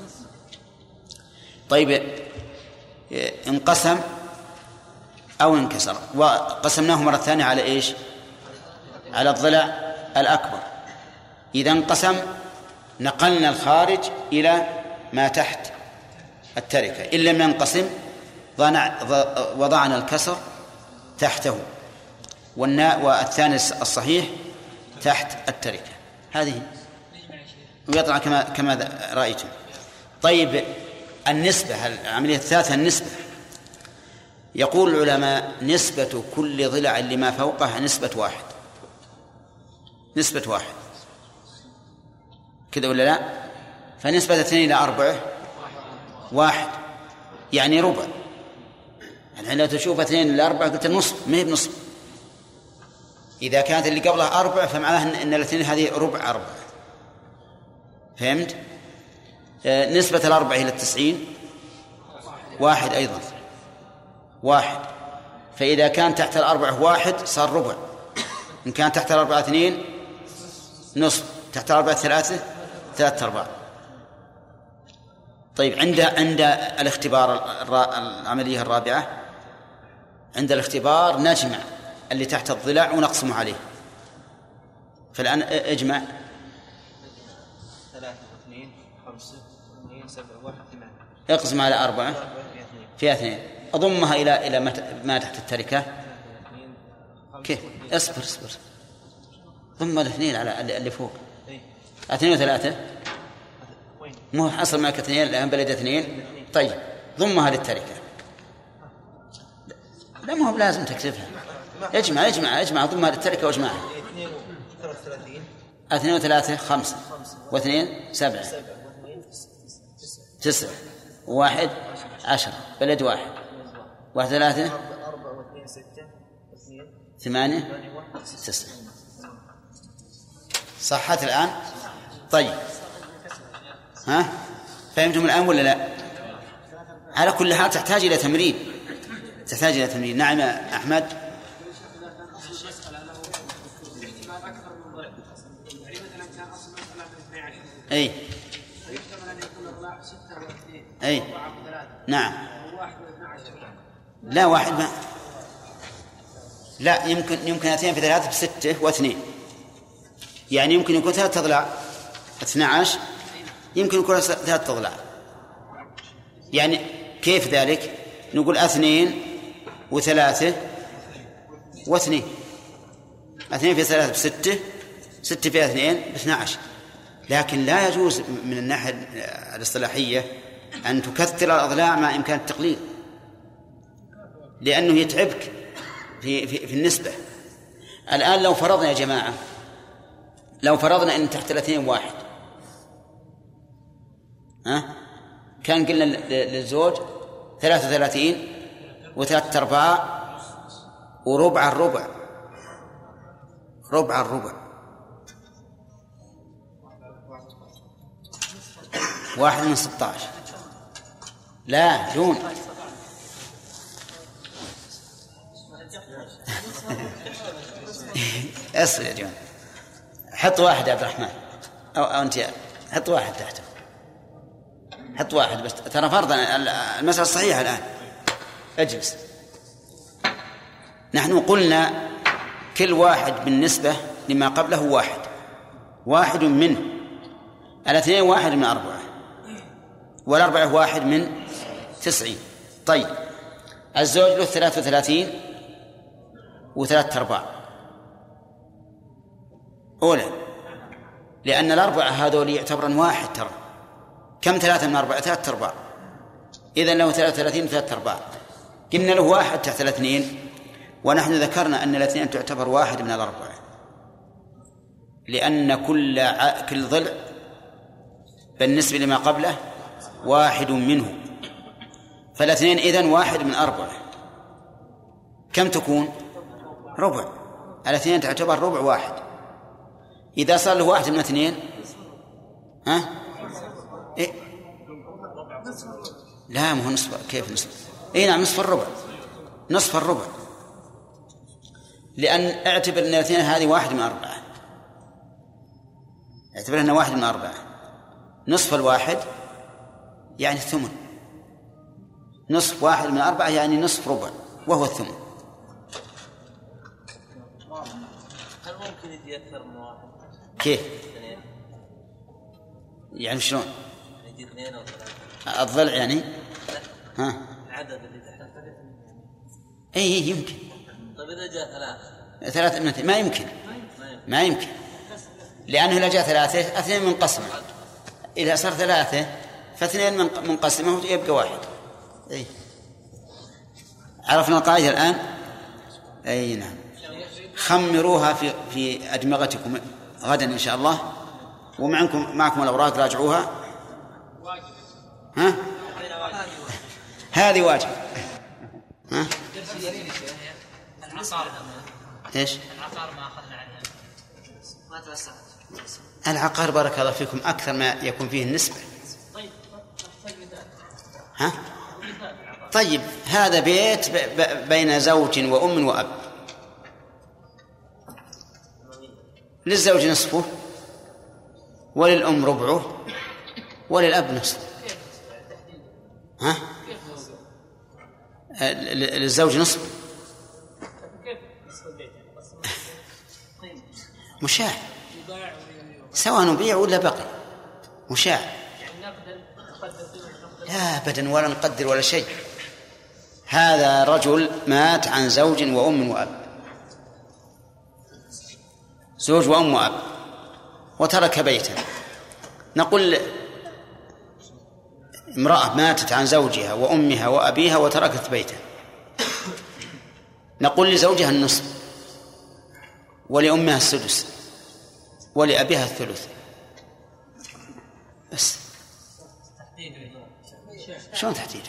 طيب انقسم أو انكسر وقسمناه مرة ثانية على إيش؟ على الضلع الأكبر. إذا انقسم نقلنا الخارج إلى ما تحت التركة. إن لم ينقسم وضعنا الكسر تحته والثاني الصحيح تحت التركة. هذه ويطلع كما كما رأيتم. طيب النسبة العملية الثالثة النسبة. يقول العلماء نسبة كل ضلع لما فوقها نسبة واحد. نسبة واحد كذا ولا لا؟ فنسبة اثنين إلى أربعة واحد. يعني ربع. الحين لو تشوف اثنين إلى أربعة قلت النصف، ما هي بنصف. إذا كانت اللي قبلها أربع فمعناه أن الاثنين هذه ربع أربع. فهمت؟ آه نسبة الأربعة إلى التسعين واحد أيضا، واحد. فإذا كان تحت الأربعة واحد صار ربع، إن كان تحت الأربعة اثنين نصف، تحت الأربعة ثلاثة ثلاثة أرباع. طيب عند عند الاختبار العملية الرابعة، عند الاختبار نجمع اللي تحت الضلع ونقسمه عليه. فالآن اجمع ثلاثة واثنين خمسة اثنين سبعة واحد ثمانية، اقسم على أربعة فيها اثنين، أضمها إلى إلى ما تحت التركة. كيف؟ اصبر اصبر ضم الاثنين على اللي فوق. اثنين وثلاثة مو حصل معك اثنين الآن بلد اثنين. طيب ضمها للتركة. لا ما هو لازم تكتبها، اجمع اجمع اجمع ضمها للتركة واجمعها. اثنين وثلاثة خمسة واثنين سبعة تسعة وواحد عشرة بلد واحد واحد ثلاثة ثمانية تسعة. صحت الآن؟ طيب ها فهمتم الآن ولا لا؟ على كل حال تحتاج إلى تمرين، تحتاج إلى تمرين. نعم يا أحمد. أي أي نعم. لا واحد ما لا يمكن يمكن اثنين في ثلاثة بستة واثنين، يعني يمكن يكون ثلاثة أضلاع اثنى عشر، يمكن يكون ثلاثة أضلاع. يعني كيف ذلك؟ نقول اثنين وثلاثة واثنين، اثنين في ثلاثة بستة، ستة في اثنين باثنى عشر. لكن لا يجوز من الناحية الاصطلاحية أن تكثر الأضلاع مع إمكان التقليل، لأنه يتعبك في, في, في النسبة. الآن لو فرضنا يا جماعة، لو فرضنا أن تحت الاثنين واحد، ها كان قلنا للزوج ثلاثة وثلاثين وثلاثة أرباع وربع الربع، ربع الربع واحد من ستة عشر. لا جون اصل يا جون، حط واحد يا عبد الرحمن أو, أو أنت حط واحد تحته، حط واحد بس، ترى فرضا المسألة الصحيحة الآن. اجلس. نحن قلنا كل واحد بالنسبة لما قبله واحد، واحد منه. الاثنين واحد من أربعة، والأربعة واحد من تسعين. طيب الزوج له ثلاثة وثلاثين وثلاثة أرباع أولا، لأن الأربعة هذول يعتبرون واحد. ترى كم ثلاثة من أربعة؟ ثلاثة أرباع. إذن له ثلاثة وثلاثين وثلاثة أرباع. قلنا له واحد تحت الاثنين، ونحن ذكرنا أن الاثنين تعتبر واحد من الأربعة، لأن كل ع... كل ضلع بالنسبة لما قبله واحد منه، فالاثنين إذن واحد من أربعة. كم تكون؟ ربع. الاثنين تعتبر ربع واحد. إذا صار له واحد من اثنين ها إيه؟ لا مو نصف. كيف نصف؟ إيه نعم نصف الربع، نصف الربع، لأن اعتبر أن الاثنين هذه واحد من أربعة، اعتبر أنه واحد من أربعة. نصف الواحد يعني الثمن، نصف واحد من أربعة يعني نصف ربع وهو الثمن. هل ممكن يجي أكثر من واحد؟ كيف؟ يعني شلون؟ يجي اثنين أو ثلاثة الضلع يعني؟ ها؟ العدد اللي تحت. أي يمكن. طيب إذا جاء ثلاثة ثلاثة من اثنين ما يمكن، ما يمكن، لأنه إذا جاء ثلاثة اثنين منقسمة، إذا صار ثلاثة فاثنين منقسمة يبقى واحد. أي عرفنا القاعدة الآن؟ أي نعم. خمروها في في أدمغتكم غدا إن شاء الله، ومعكم معكم الأوراق راجعوها. ها هذه واجب. ها؟ ايش؟ العقار ما أخذنا عليها ما توسعت. العقار بارك الله فيكم أكثر ما يكون فيه النسبة. ها؟ طيب هذا بيت بين زوج وأم وأب، للزوج نصفه وللأم ربعه وللأب نصفه. ها؟ للزوج نصف مشاع سواء نبيع ولا بقي مشاع. لا أبدا ولا نقدر ولا شيء. هذا رجل مات عن زوج وأم وأب، زوج وأم وأب، وترك بيتا. نقول امرأة ماتت عن زوجها وأمها وأبيها وتركت بيتا، نقول لزوجها النصف ولأمها السدس ولأبيها الثلث بس. شلون تحديد؟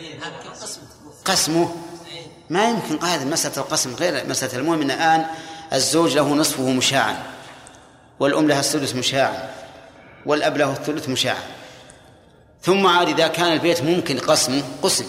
قسمه ما يمكن قاعدة مسألة القسم غير مسألة. المهم أن الآن الزوج له نصفه مشاعا والأم لها السدس مشاعا والأب له الثلث مشاعا. ثم عاد إذا كان البيت ممكن قسمه قسم،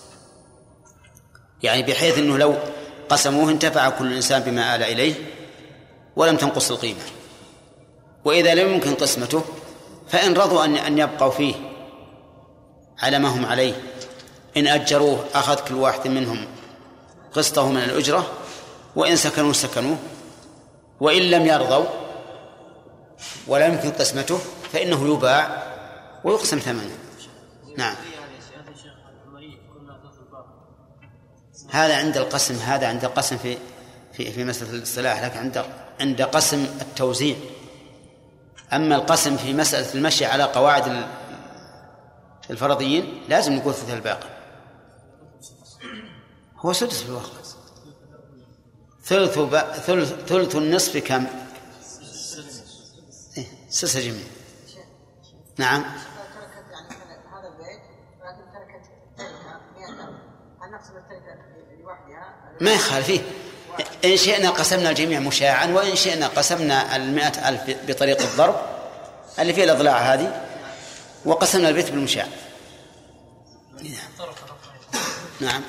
يعني بحيث أنه لو قسموه انتفع كل إنسان بما آل إليه ولم تنقص القيمة. وإذا لم يمكن قسمته فإن رضوا أن يبقوا فيه على ما هم عليه، إن أجروه أخذ كل واحد منهم قسطه من الأجرة، وإن سكنوا سكنوه، وإن لم يرضوا ولا يمكن قسمته فإنه يباع ويقسم ثمنه. نعم هذا عند القسم، هذا عند القسم في في في مسألة الاصطلاح، لكن عند عند قسم التوزيع. أما القسم في مسألة المشي على قواعد الفرضيين لازم نقول ثلث الباقي. هو سدس في الواقع. ثلث ثلث ثلث النصف كم؟ إيه سدس جميع. نعم. هذا البيت لكن تركت تركة مئة. هل نقسم التركة لوحدها؟ ما يخالف فيه. إن شئنا قسمنا الجميع مشاعا، وإن شئنا قسمنا المئة ألف بطريق الضرب اللي فيه الأضلاع هذه، وقسمنا البيت بالمشاع. نعم.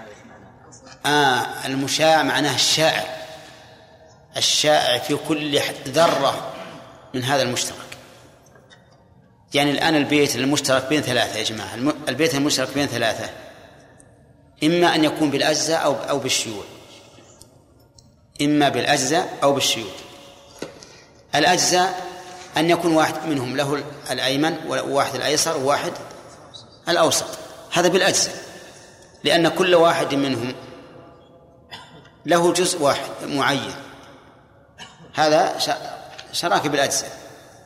آه المشاع معناه الشائع، الشائع في كل ذرة من هذا المشترك. يعني الآن البيت المشترك بين ثلاثة يا جماعة، البيت المشترك بين ثلاثة إما أن يكون بالأجزاء أو أو بالشيوع، إما بالأجزاء أو بالشيوع. الأجزاء أن يكون واحد منهم له الأيمن وواحد الأيسر وواحد الأوسط، هذا بالأجزاء، لأن كل واحد منهم له جزء واحد معين، هذا شراك بالأجزاء.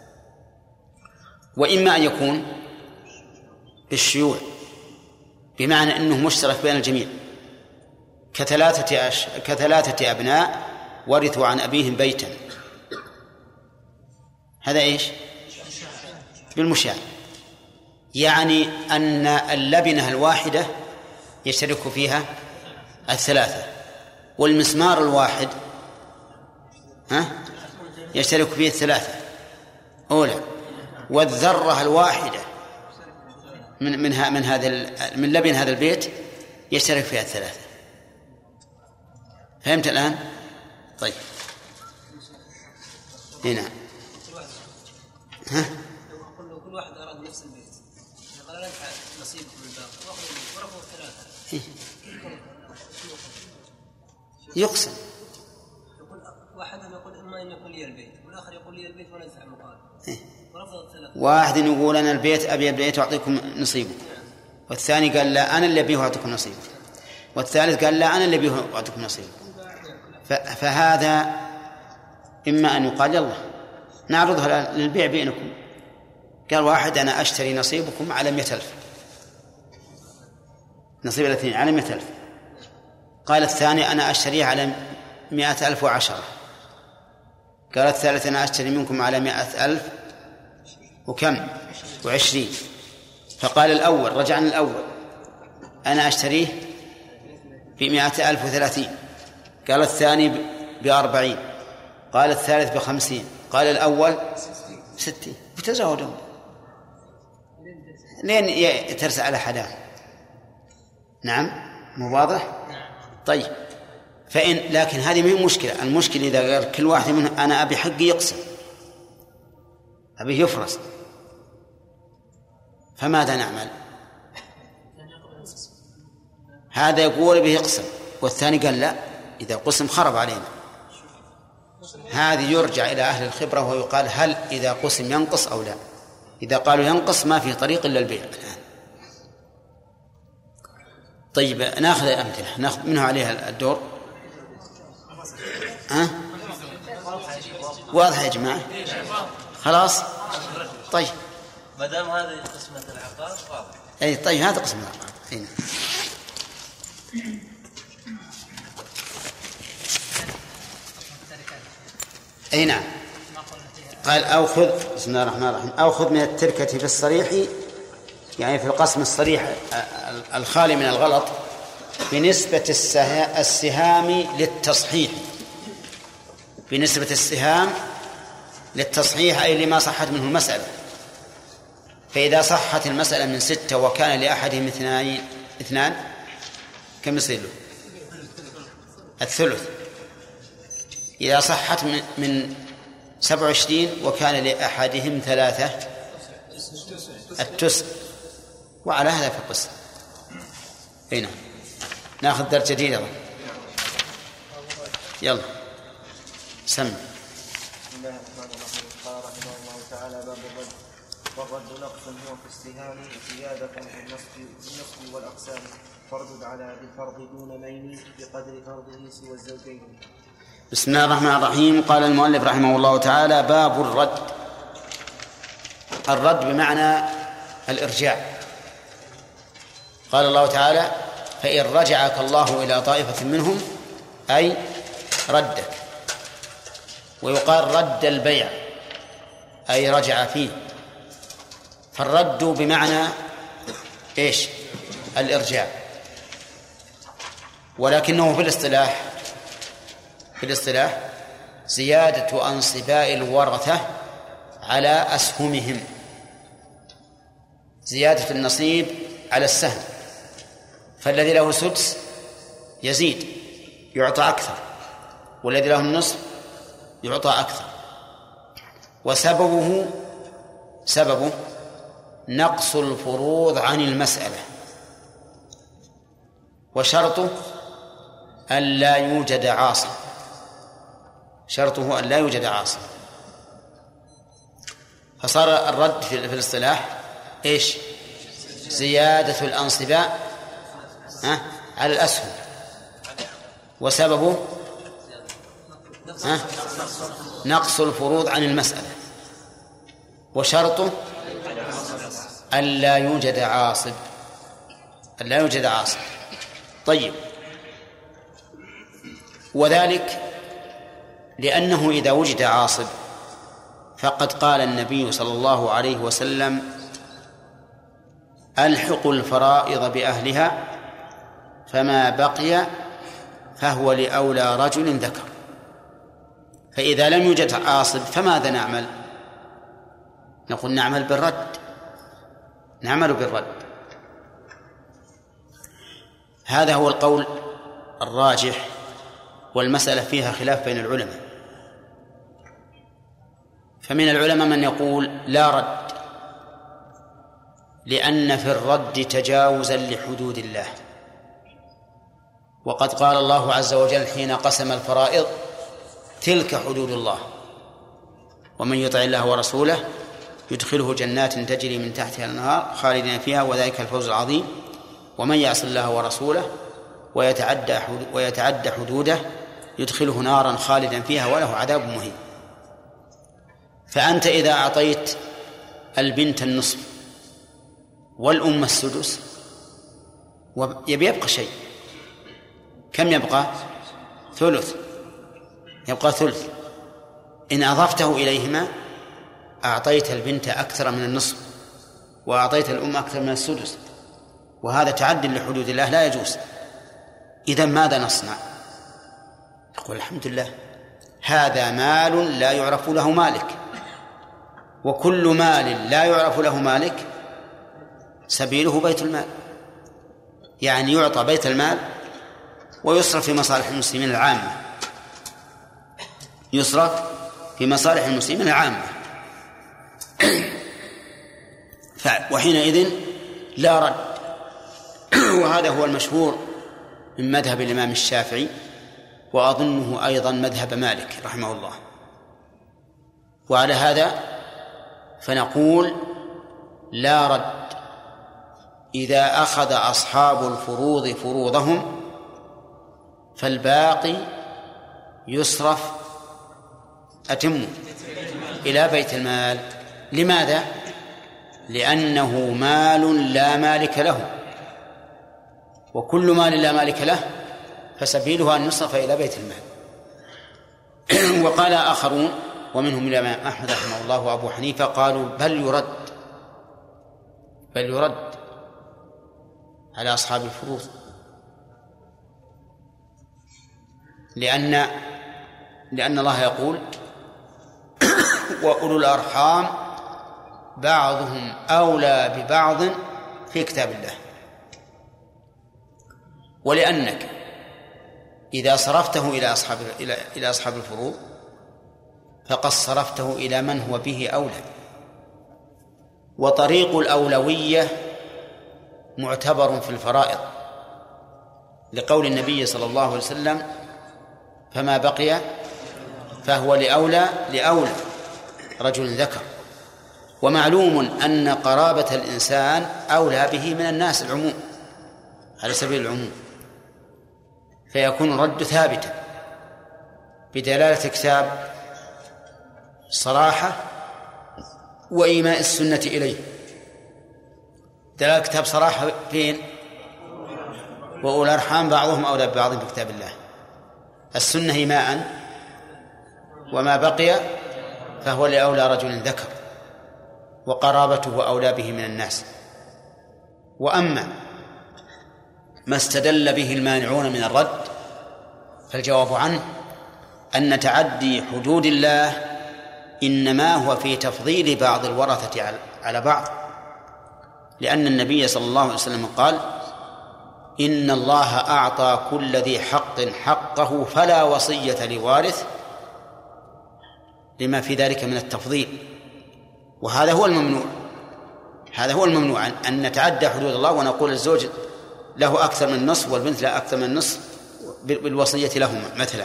وإما أن يكون بالشيوع، بمعنى أنه مشترك بين الجميع، كثلاثة أش... كثلاثة أبناء ورثوا عن أبيهم بيتا، هذا إيش؟ بالمشاع. يعني أن اللبنة الواحدة يشترك فيها الثلاثة، والمسمار الواحد ها يشترك فيه الثلاثة أولى، والذرة الواحدة من منها من هذا من لبن هذا البيت يشترك فيها الثلاثة. فهمت الآن؟ طيب هنا ها كل واحد أراد نفس البيت قال لا ينفع نصيب من الباقي ورفضوا الثلاثة يقسم. يقول واحدهم يقول إما أن يكون لي البيت والآخر يقول لي البيت ولا يدفع مقابل. ورفض الثلاثة. واحد يقول أنا البيت أبي البيت وأعطيكم نصيبه، والثاني قال لا أنا اللي أبيه وأعطيكم نصيبه، والثالث قال لا أنا اللي أبيه وأعطيكم نصيبه. فهذا إما أن يقال يلا نعرضها للبيع بينكم. قال واحد أنا أشتري نصيبكم على مئة ألف، نصيب الاثنين على مئة ألف. قال الثاني أنا أشتريه على مئة ألف وعشرة. قال الثالث أنا أشتري منكم على مئة ألف وكم وعشرين. فقال الأول رجعنا الأول أنا أشتريه بمئة ألف وثلاثين، قال الثاني بأربعين، قال الثالث بخمسين، قال الأول ستين، بتزودهم لين ترسى على حداه. نعم مو واضح؟ طيب فإن لكن هذه مو مشكلة. المشكلة إذا قال كل واحد منه أنا أبي حقي يقسم، أبي يفرس، فماذا نعمل؟ هذا يقول به يقسم، والثاني قال لا، إذا قسم خرب علينا. هذه يرجع إلى أهل الخبرة ويقال هل إذا قسم ينقص أو لا. إذا قالوا ينقص ما في طريق إلا البيع الآن. طيب ناخذ أمثلة ناخذ منه عليها الدور. ها؟ واضح يا جماعة؟ خلاص طيب ما دام هذه قسمة العقار واضح. أي طيب هذا قسم العقار. هنا أي نعم. قال أو خذ بسم الله الرحمن الرحيم أو خذ من التركة في الصريح، يعني في القسم الصريح الخالي من الغلط، بنسبة السهام للتصحيح، بنسبة السهام للتصحيح أي لما صحت منه المسألة. فإذا صحت المسألة من ستة وكان لأحدهم اثنان اثنان كم يصير له؟ الثلث. إذا صحت من سبع وعشرين وكان لأحدهم ثلاثة التسع، وعلى هذا في القسم. هنا ناخذ درس جديد. يلا سم. بسم الله الرحمن الرحيم. قال رحمه الله تعالى: باب الرد. والرد نقص هو في السهام زيادة في النصف والأقسام، فردد على بالفرض دون مين بقدر فرضه سوى الزوجين. بسم الله الرحمن الرحيم. قال المؤلف رحمه الله تعالى: باب الرد. الرد بمعنى الإرجاع. قال الله تعالى: فإن رجعك الله إلى طائفة منهم أي ردك. ويقال رد البيع أي رجع فيه. فالرد بمعنى إيش؟ الإرجاع. ولكنه في الاصطلاح في الاصطلاح زيادة أنصباء الورثة على أسهمهم، زيادة النصيب على السهم. فالذي له سدس يزيد يعطى أكثر، والذي له النصف يعطى أكثر. وسببه سببه نقص الفروض عن المسألة، وشرطه أن لا يوجد عاصم. شرطه أن لا يوجد عاصم. فصار الرد في الاصطلاح إيش؟ زيادة الأنصباء على الأسهم، وسببه نقص الفروض عن المسألة، وشرطه أن لا يوجد عاصب أن لا يوجد عاصب. طيب، وذلك لأنه إذا وجد عاصب فقد قال النبي صلى الله عليه وسلم: ألحقوا الفرائض بأهلها فما بقي فهو لأولى رجل ذكر. فإذا لم يوجد عاصب فماذا نعمل؟ نقول نعمل بالرد نعمل بالرد. هذا هو القول الراجح، والمسألة فيها خلاف بين العلماء. فمن العلماء من يقول لا رد، لأن في الرد تجاوزا لحدود الله. وقد قال الله عز وجل حين قسم الفرائض: تلك حدود الله ومن يطع الله ورسوله يدخله جنات تجري من تحتها الأنهار خالدين فيها وذلك الفوز العظيم ومن يعص الله ورسوله ويتعدى ويتعدى حدوده يدخله نارا خالدا فيها وله عذاب مهين. فأنت إذا أعطيت البنت النصف والأم السدس يبي يبقى شيء، كم يبقى؟ ثلث، يبقى ثلث. إن أضفته إليهما أعطيت البنت أكثر من النصف وأعطيت الأم أكثر من السدس، وهذا تعد لحدود الله لا يجوز. إذن ماذا نصنع؟ يقول الحمد لله هذا مال لا يعرف له مالك، وكل مال لا يعرف له مالك سبيله بيت المال، يعني يعطى بيت المال ويصرف في مصالح المسلمين العامة، يصرف في مصالح المسلمين العامة. وحينئذ لا رد. وهذا هو المشهور من مذهب الإمام الشافعي، وأظنه أيضا مذهب مالك رحمه الله. وعلى هذا فنقول لا رد إذا أخذ أصحاب الفروض فروضهم، فالباقي يصرف أتم إلى بيت المال. لماذا؟ لأنه مال لا مالك له، وكل مال لا مالك له فسبيله أن يصرف إلى بيت المال. وقال آخرون ومنهم الإمام أحمد رحمه الله وأبو حنيفة قالوا بل يرد بل يرد على أصحاب الفروض، لأن لأن الله يقول وأولو الأرحام بعضهم أولى ببعض في كتاب الله. ولأنك إذا صرفته إلى أصحاب إلى إلى أصحاب الفروض فقد صرفته إلى من هو به أولى. وطريق الأولوية معتبر في الفرائض، لقول النبي صلى الله عليه وسلم فما بقي فهو لأولى لأولى رجل ذكر. ومعلوم أن قرابة الإنسان أولى به من الناس العموم على سبيل العموم، فيكون الرد ثابتا بدلالة كتاب صراحة وإيماء السنة إليه. دلالة كتاب صراحة فين؟ وأولو الأرحام بعضهم أولى ببعض في كتاب الله. السنة إيماء، وما بقي فهو لأولى رجل ذكر، وقرابته أولى به من الناس. وأما ما استدل به المانعون من الرد فالجواب عنه أن تعدي حدود الله إنما هو في تفضيل بعض الورثة على بعض، لأن النبي صلى الله عليه وسلم قال إن الله أعطى كل ذي حق حقه فلا وصية لوارث، لما في ذلك من التفضيل. وهذا هو الممنوع، هذا هو الممنوع أن نتعدى حدود الله ونقول الزوج له أكثر من النصف والبنت لا أكثر من النصف بالوصية لهما مثلا.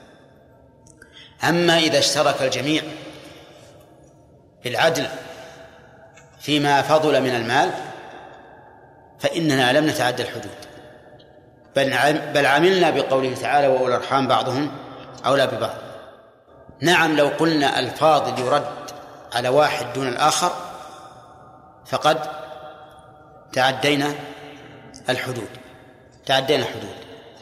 أما إذا اشترك الجميع بالعدل فيما فضل من المال فإننا لم نتعدى الحدود، بل عملنا بقوله تعالى وأولو الأرحام بعضهم أولى ببعض. نعم لو قلنا الفاضل يرد على واحد دون الآخر فقد تعدينا الحدود تعدينا الحدود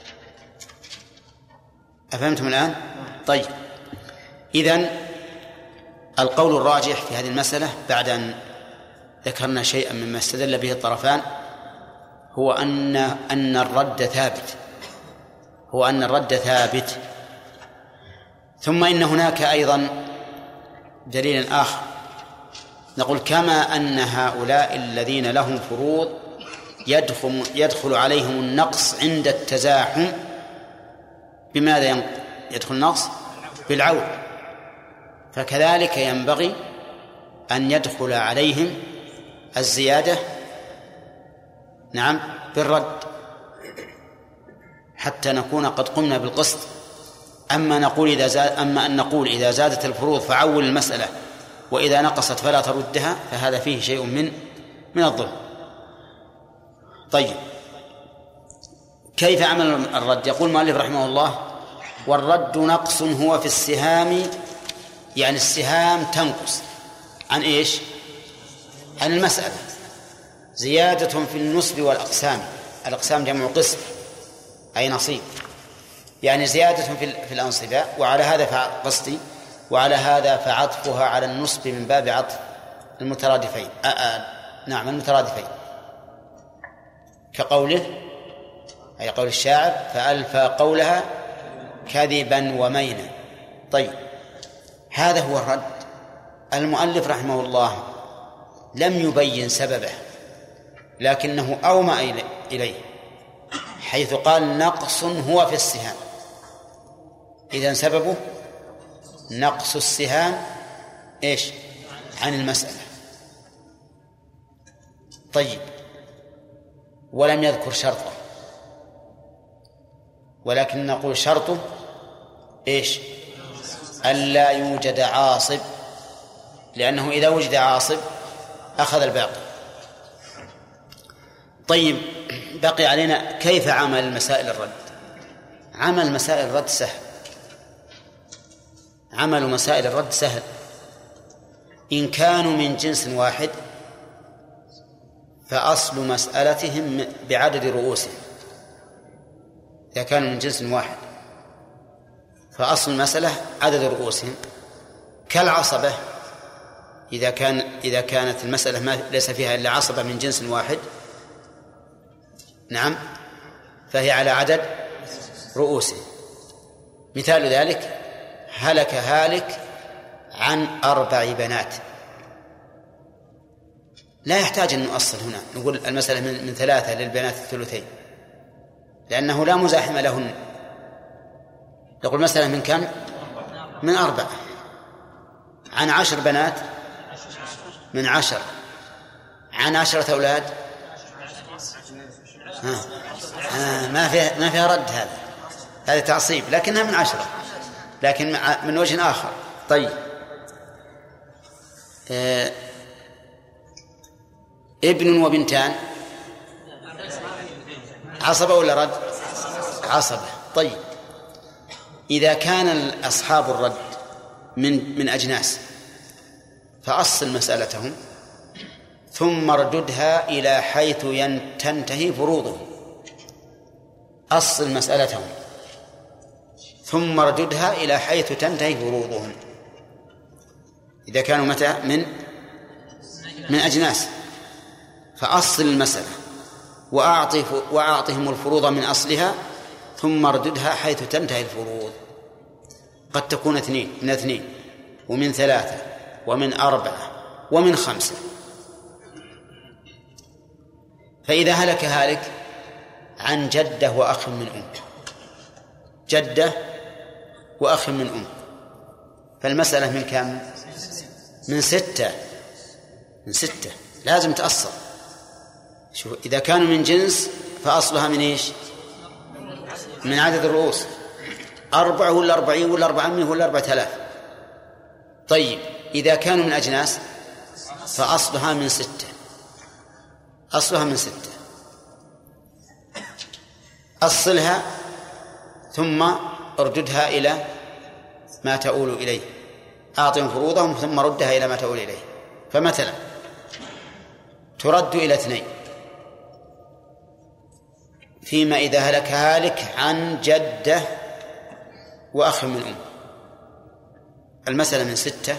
أفهمتم الآن؟ طيب، إذن القول الراجح في هذه المسألة بعد أن ذكرنا شيئا مما استدل به الطرفان هو أن أن الرد ثابت هو أن الرد ثابت ثم إن هناك أيضا دليل آخر، نقول كما أن هؤلاء الذين لهم فروض يدخل, يدخل عليهم النقص عند التزاحم، بماذا يدخل النقص؟ بالعود، فكذلك ينبغي أن يدخل عليهم الزيادة نعم بالرد حتى نكون قد قمنا بالقسط. أما نقول إذا زاد أما أن نقول إذا زادت الفروض فعول المسألة وإذا نقصت فلا تردها فهذا فيه شيء من من الظلم. طيب، كيف عمل الرد؟ يقول المؤلف رحمه الله والرد نقص هو في السهام، يعني السهام تنقص عن إيش؟ عن المسألة. زيادة في النصب والأقسام، الأقسام جمع قسم أي نصيب، يعني زيادة في الأنصبة، وعلى هذا فقصدي وعلى هذا فعطفها على النصب من باب عطف المترادفين. آآ آآ نعم المترادفين. كقوله أي قول الشاعر فألفى قولها كذبا ومينا. طيب هذا هو الرد. المؤلف رحمه الله لم يبين سببه لكنه أومأ إليه حيث قال نقص هو في السهام. إذن سببه نقص السهام إيش عن المسألة. طيب ولم يذكر شرطه ولكن نقول شرطه إيش ألا يوجد عاصب لأنه إذا وجد عاصب أخذ الباقي. طيب بقي علينا كيف عمل مسائل الرد. عمل مسائل الرد سهل. عمل مسائل الرد سهل إن كانوا من جنس واحد فأصل مسألتهم بعدد رؤوسهم. إذا كانوا من جنس واحد فأصل المسألة عدد رؤوسهم كالعصبة. إذا كان إذا كانت المسألة ما ليس فيها إلا عصبة من جنس واحد نعم فهي على عدد رؤوسهم. مثال ذلك هلك هالك عن أربع بنات. لا يحتاج أن نؤصل هنا نقول المسألة من, من ثلاثة للبنات الثلثين لأنه لا مزاحم لهن. نقول مسألة من كم؟ من أربع. عن عشر بنات من عشر. عن عشرة أولاد ها. آه ما فيها ما فيها رد. هذا هذا تعصيب لكنها من عشرة لكن من وجه آخر. طيب آه ابن وبنتان عصبة ولا رد؟ عصبة. طيب إذا كان أصحاب الرد من من أجناس فأصل مسألتهم ثم رددها إلى حيث تنتهي فروضهم. أصل مسألتهم ثم رددها إلى حيث تنتهي فروضهم. إذا كانوا متى من من أجناس فأصل المسألة وأعطهم الفروض من أصلها ثم رددها حيث تنتهي الفروض. قد تكون اثنين من اثنين ومن ثلاثة ومن أربعة ومن خمسة. فإذا هلك هالك عن جدة وأخ من أم جدة وأخ من أم فالمسألة من كم؟ من ستة. من ستة لازم تأصل. شوف إذا كانوا من جنس فأصلها من إيش؟ من عدد الرؤوس أربعة ولا أربعين ولا أربعمائة ولا أربعة آلاف. طيب إذا كانوا من أجناس فأصلها من ستة. أصلها من ستة. أصلها ثم ارددها إلى ما تؤول إليه. أعطهم فروضهم ثم ردها إلى ما تؤول إليه. فمثلا ترد إلى اثنين فيما إذا هلك هالك عن جدة وأخ من أم. المسألة من ستة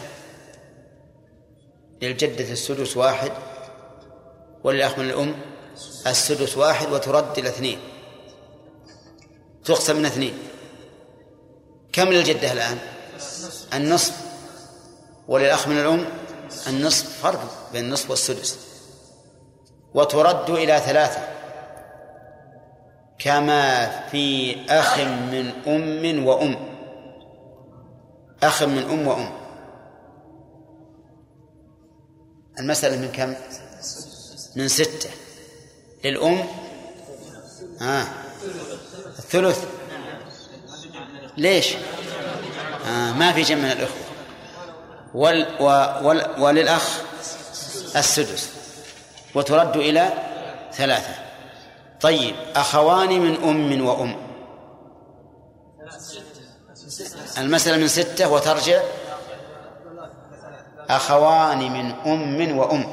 للجدة السدس واحد وللأخ من الأم السدس واحد وترد إلى اثنين تقسم من اثنين. كم للجدة الآن؟ النصف. وللأخ من الأم النصف. فرق بين النصف والسدس. وترد إلى ثلاثة كما في أخ من أم وأم. أخ من أم وأم المسألة من كم؟ من ستة. للأم آه. الثلث. ليش؟ آه. ما في جمع من الأخوة. وال وال وللأخ السدس وترد إلى ثلاثة. طيب أخوان من أم وأم المسألة من ستة وترجع أخوان من أم وأم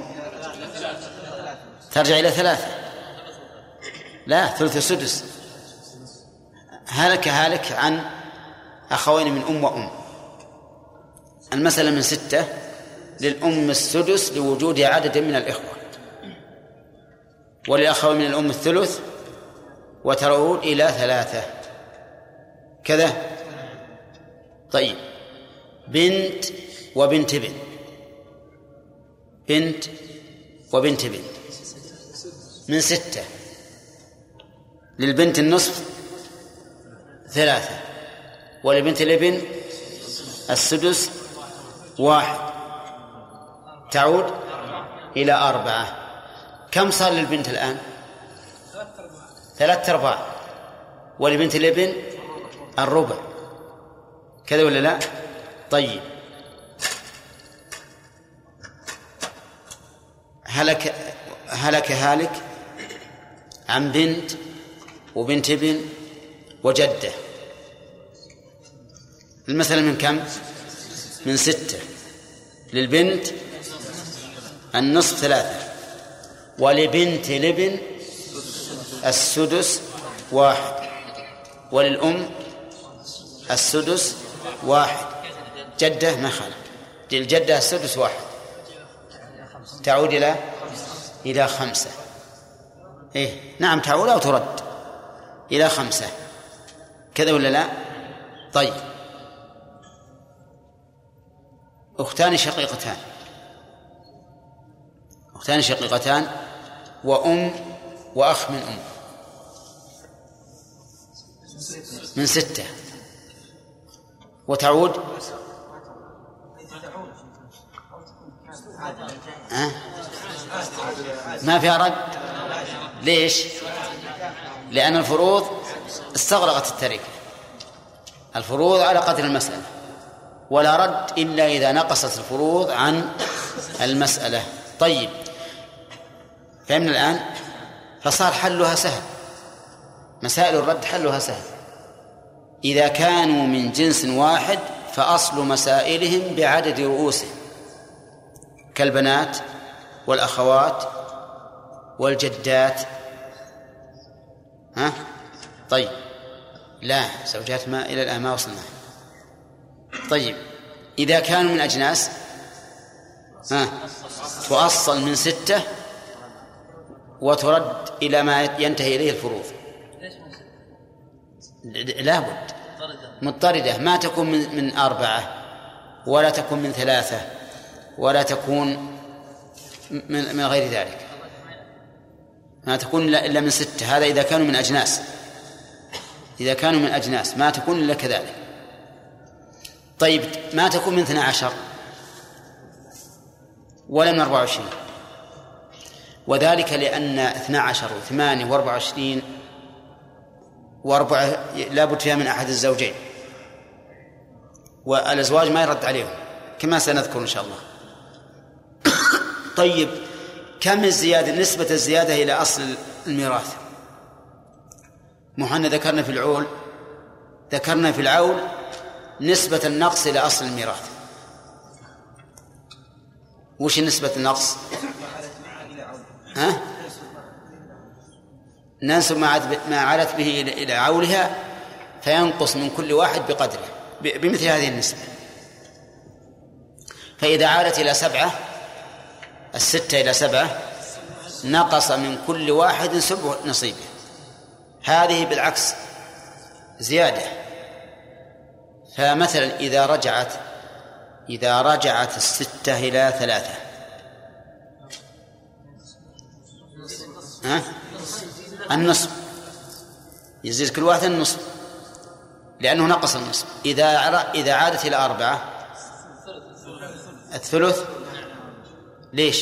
ترجع إلى ثلاثة. لا ثلث السدس. هلك هالك عن أخوين من أم وأم المسألة من ستة للأم السدس لوجود عدد من الإخوة. وللأخوين من الأم الثلث وتعود إلى ثلاثة كذا. طيب بنت وبنت بنت بنت وبنت بنت من ستة، للبنت النصف ثلاثة، ولبنت الابن السدس واحد، تعود إلى أربعة. كم صار للبنت الآن؟ ثلاثة أرباع، ولبنت الابن الربع، كذا ولا لا؟ طيب هلك هلك هالك عن بنت وبنت ابن وجدة. المسألة من كم؟ من ستة. للبنت النصف ثلاثة، ولبنت الابن السدس واحد، وللأم السدس واحد. جدة ما خالف، للجدة السدس واحد، تعود إلى إلى خمسة. إيه نعم، تعود أو ترد إلى خمسة، كذا ولا لا؟ طيب أختان شقيقتان أختان شقيقتان وأم وأخ من أم من ستة، وتعود أه؟ ما فيها رد. ليش؟ لأن الفروض استغرقت التركة، الفروض على قدر المسألة، ولا رد إلا إذا نقصت الفروض عن المسألة. طيب فهمنا الآن؟ فصار حلها سهل، مسائل الرد حلها سهل. إذا كانوا من جنس واحد فأصل مسائلهم بعدد رؤوسهم، كالبنات والأخوات والجدات. ها؟ طيب لا، زوجات ما إلى الآن ما وصلنا. طيب إذا كانوا من أجناس ها تؤصل من ستة وترد إلى ما ينتهي إليه الفروض. لا بد مضطردة، ما تكون من, من أربعة، ولا تكون من ثلاثة، ولا تكون من, من غير ذلك، ما تكون إلا من ستة. هذا إذا كانوا من أجناس، إذا كانوا من أجناس ما تكون إلا كذلك. طيب ما تكون من اثنى عشر ولا من أربعة وعشرين، وذلك لأن اثنى عشر وثمانية وأربعة وعشرين وأربعة لا بد فيها من أحد الزوجين، والأزواج ما يرد عليهم كما سنذكر إن شاء الله. طيب كم الزيادة، نسبة الزيادة إلى أصل الميراث؟ محنا ذكرنا في العول ذكرنا في العول نسبة النقص إلى أصل الميراث. وش نسبة النقص؟ ها؟ ننسب ما عادت به إلى عولها، فينقص من كل واحد بقدره بمثل هذه النسبة. فإذا عادت إلى سبعة، الستة إلى سبعة، نقص من كل واحد سبع نصيبه. هذه بالعكس زيادة. فمثلا إذا رجعت إذا رجعت الستة إلى ثلاثة، ها؟ النصف يزيد كل واحد النصف، لأنه نقص النصف. إذا إذا عادت إلى أربعة الثلث. ليش؟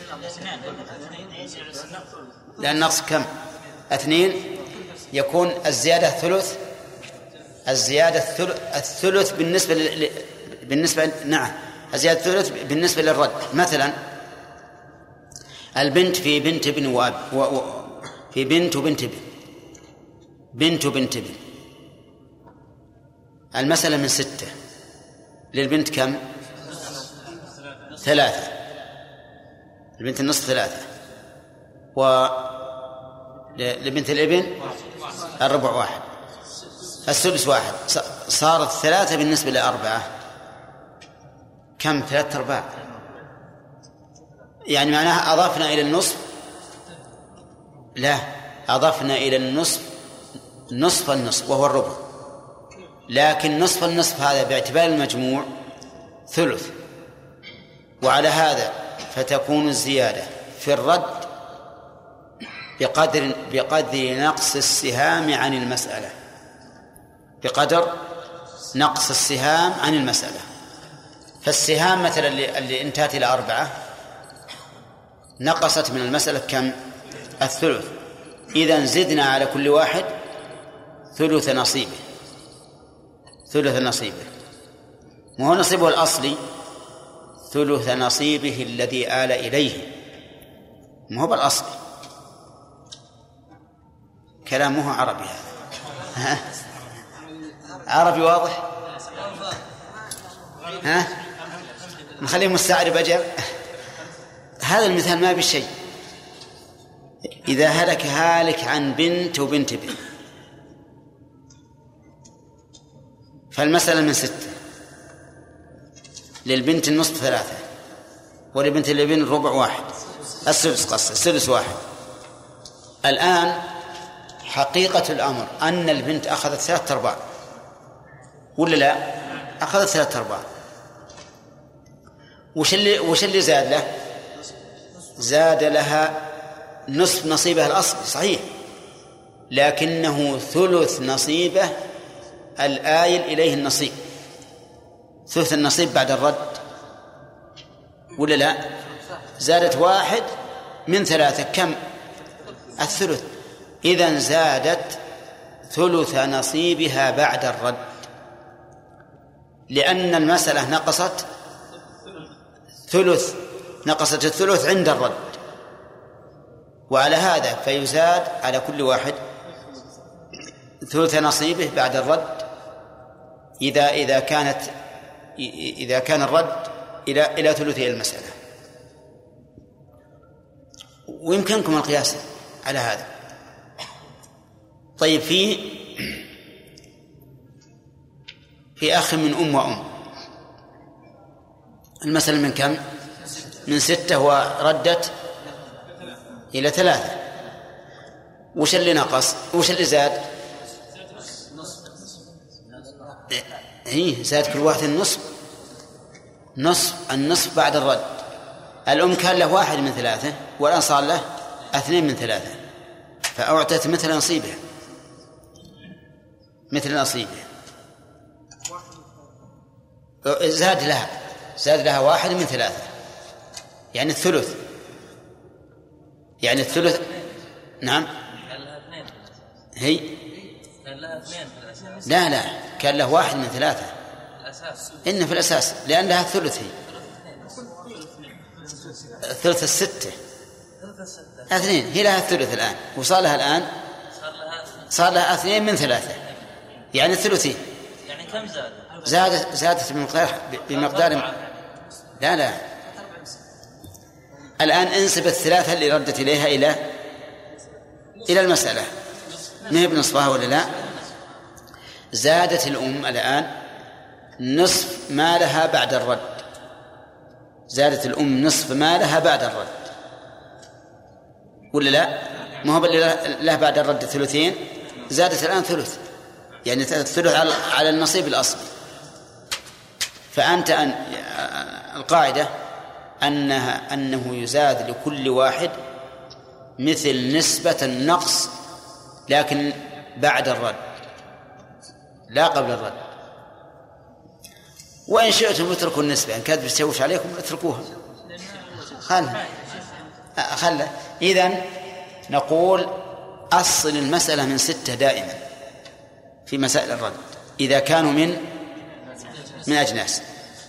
لأن النقص كم؟ اثنين، يكون الزيادة ثلث. الزيادة الثلث, الثلث بالنسبة ل... بالنسبة نعم الزيادة الثلث بالنسبة للرد. مثلا البنت في بنت ابن وأب و... و... في بنت وبنت ابن بنت وبنت ابن المسألة من ستة، للبنت كم؟ ثلاثة، البنت النصف ثلاثة، ولبنت الابن الربع واحد، السدس واحد. صارت ثلاثة بالنسبة لأربعة كم؟ ثلاثة أرباع. يعني معناها أضفنا إلى النصف لا، أضفنا إلى النصف نصف النصف وهو الربع، لكن نصف النصف هذا باعتبار المجموع ثلث، وعلى هذا فتكون الزيادة في الرد بقدر بقدر نقص السهام عن المسألة، بقدر نقص السهام عن المسألة. فالسهام مثلا اللي انتهت إلى أربعة نقصت من المسألة كم؟ الثلث. إذن زدنا على كل واحد ثلث نصيبه، ثلث نصيبه، وهو نصيبه الأصلي ثلث نصيبه الذي آل إليه، ما هو بالأصل. كلامه عربي هذا عربي واضح. ها نخليه مستعرب أجل. هذا المثال ما بشيء. إذا هلك هالك عن بنت وبنت بنت فالمسألة من ستة، للبنت النصف ثلاثة، ولبنت الابن ربع واحد، السدس قصة السدس واحد. الآن حقيقة الأمر أن البنت أخذت ثلاثة أرباع ولا لا؟ أخذت ثلاثة أرباع. وش اللي وش اللي زاد له؟ زاد لها نصف نصيبها الأصلي صحيح، لكنه ثلث نصيبه الآيل إليه النصيب، ثلث النصيب بعد الرد ولا لا؟ زادت واحد من ثلاثة كم؟ الثلث. إذن زادت ثلث نصيبها بعد الرد، لأن المسألة نقصت ثلث، نقصت الثلث عند الرد، وعلى هذا فيزاد على كل واحد ثلث نصيبه بعد الرد إذا إذا كانت إذا كان الرد إلى إلى ثلثي المسألة. ويمكنكم القياس على هذا. طيب في في أخ من أم وأم، المسألة من كم؟ من ستة وردت إلى ثلاثة. وش اللي نقص؟ وش اللي زاد؟ إيه زاد كل واحد النصف، نصف النصف بعد الرد. الأم كان له واحد من ثلاثة والآن صار له اثنين من ثلاثة، فأعطت مثل نصيبه، مثل نصيبه زاد لها زاد لها واحد من ثلاثة، يعني الثلث، يعني الثلث. نعم هي لا لا كان له واحد من ثلاثة إن في الأساس، لأن لها الثلث، هي الثلث الستة اثنين، هي لها الثلث الآن، وصار لها الآن صار لها اثنين من ثلاثة، يعني الثلثين. يعني كم زاد؟ زادت زادت بمقدار بمقدار لا لا الآن انسب الثلاثة اللي ردت إليها إلى إلى المسألة، ما هي بنصفها ولا لا؟ زادت الأم الآن نصف مالها بعد الرد، زادت الأم نصف مالها بعد الرد ولا لا؟ ما هو له بعد الرد ثلثين، زادت الآن ثلث، يعني الثلث على النصيب الأصلي. فأنت أن القاعدة أنها أنه يزاد لكل واحد مثل نسبة النقص، لكن بعد الرد لا قبل الرد. وإن شئتم اتركوا النسبة، إن كانت بتسوش عليكم اتركوها، خلها خلها. إذن نقول أصل المسألة من ستة دائما في مسائل الرد إذا كانوا من من أجناس.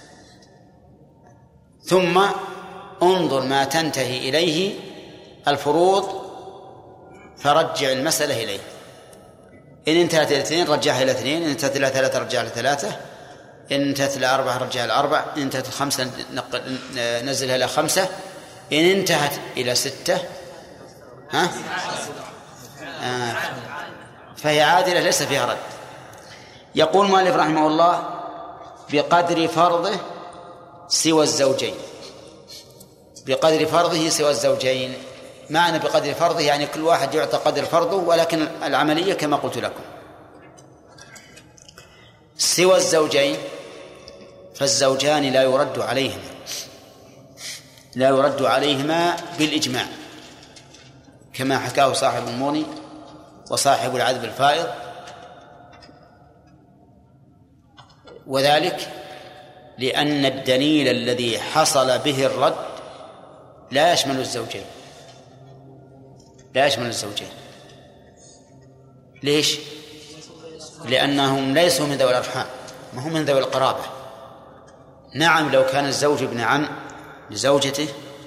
ثم انظر ما تنتهي إليه الفروض فرجع المسألة إليه. إن انتهت إلى اثنين رجعها إلى اثنين، إن انتهت إلى ثلاثة رجعها إلى ثلاثة، إن انتهت إلى أربعة رجعها إلى أربعة، إن انتهت إلى خمسة نزلها إلى خمسة، إن انتهت إلى ستة ها آه. فهي عادلة ليس فيها رد. يقول مالك رحمه الله بقدر فرضه سوى الزوجين، بقدر فرضه سوى الزوجين، معنى بقدر فرضه يعني كل واحد يعطى قدر فرضه، ولكن العملية كما قلت لكم. سوى الزوجين فالزوجان لا يرد عليهما لا يرد عليهما بالإجماع، كما حكاه صاحب المغني وصاحب العذب الفائض، وذلك لأن الدليل الذي حصل به الرد لا يشمل الزوجين لا يشمل الزوجين ليش؟ لأنهم ليسوا من ذوي الأرحام، ما هم من ذوي القرابة. نعم لو كان الزوج ابن عم لزوجته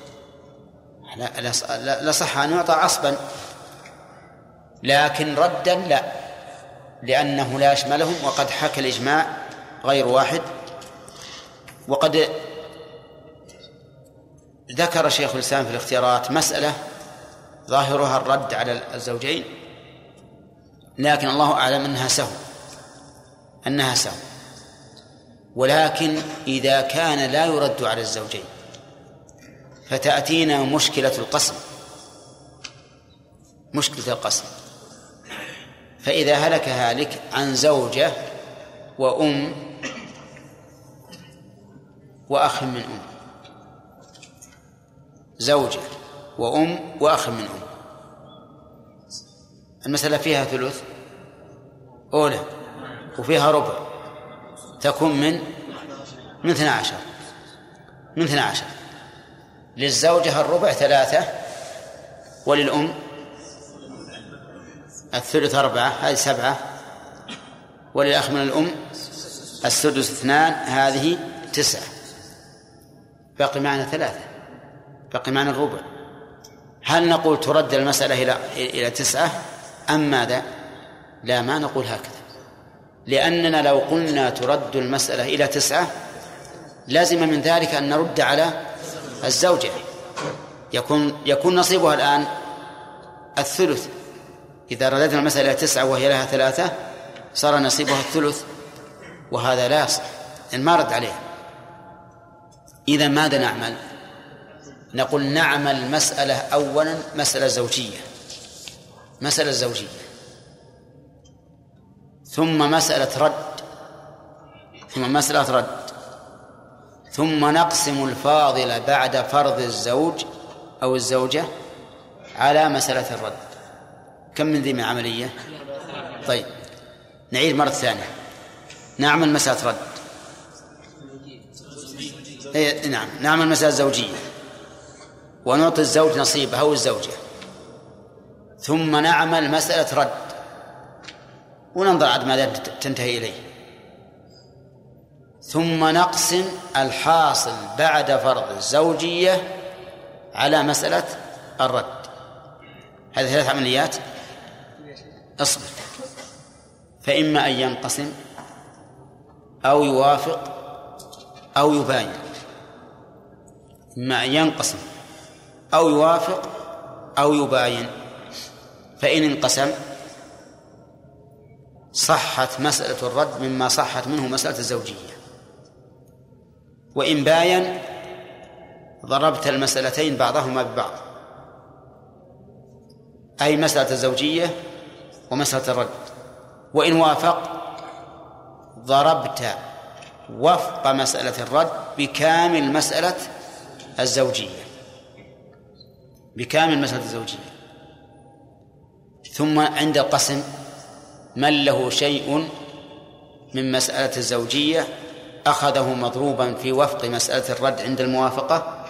لصح أن يعطى عصبا، لكن ردا لا، لأنه لا يشملهم. وقد حكى الإجماع غير واحد، وقد ذكر شيخ الإسلام في الاختيارات مسألة ظاهرها الرد على الزوجين، لكن الله أعلم أنها سهو أنها سهو ولكن إذا كان لا يرد على الزوجين فتأتينا مشكلة القسم مشكلة القسم فإذا هلك هالك عن زوجة وأم وأخ من أم، زوجة وأم وأخ من أم، المسألة فيها ثلث أولى وفيها ربع، تكون من من اثنا عشر من اثنا عشر للزوجة الربع ثلاثة، وللأم الثلث أربعة، هذه سبعة، وللأخ من الأم السدس اثنان، هذه تسعة، باقي معنا ثلاثة، باقي معنا الربع. هل نقول ترد المسألة إلى إلى تسعة أم ماذا؟ لا، ما نقول هكذا، لأننا لو قلنا ترد المسألة إلى تسعة لازم من ذلك أن نرد على الزوجة، يكون يكون نصيبها الآن الثلث. إذا رددنا المسألة إلى تسعة وهي لها ثلاثة صار نصيبها الثلث، وهذا لا يصح إن ما رد عليه. إذا ماذا نعمل؟ نقول نعمل مسألة أولا مسألة زوجية مسألة زوجية ثم مسألة رد ثم مسألة رد ثم نقسم الفاضل بعد فرض الزوج أو الزوجة على مسألة الرد. كم من ذي من عملية؟ طيب نعيد مرة ثانية، نعمل مسألة رد إيه نعم نعمل مسألة زوجية ونعطي الزوج نصيبه أو الزوجة، ثم نعمل مسألة رد وننظر عاد ماذا تنتهي إليه، ثم نقسم الحاصل بعد فرض الزوجية على مسألة الرد. هذه ثلاث عمليات. اصبر، فإما أن ينقسم أو يوافق أو يباين، إما أن ينقسم أو يوافق أو يباين. فإن انقسم صحت مسألة الرد مما صحت منه مسألة الزوجية، وإن باين ضربت المسألتين بعضهما ببعض، أي مسألة الزوجية ومسألة الرد. وإن وافق ضربت وفق مسألة الرد بكامل مسألة الزوجية بكامل مسألة الزوجية. ثم عند القسم من له شيء من مسألة الزوجية أخذه مضروبا في وفق مسألة الرد عند الموافقة،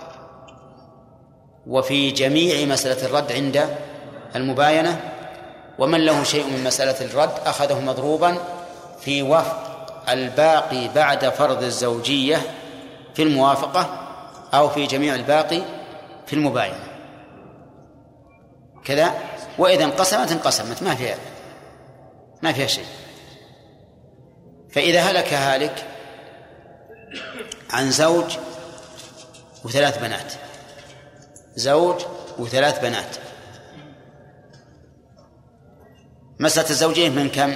وفي جميع مسألة الرد عند المباينة. ومن له شيء من مسألة الرد أخذه مضروبا في وفق الباقي بعد فرض الزوجية في الموافقة، أو في جميع الباقي في المباينة كذا. وإذا انقسمت انقسمت ما فيها ما فيها شيء. فإذا هلك هالك عن زوج وثلاث بنات، زوج وثلاث بنات، مسألة الزوجية من كم؟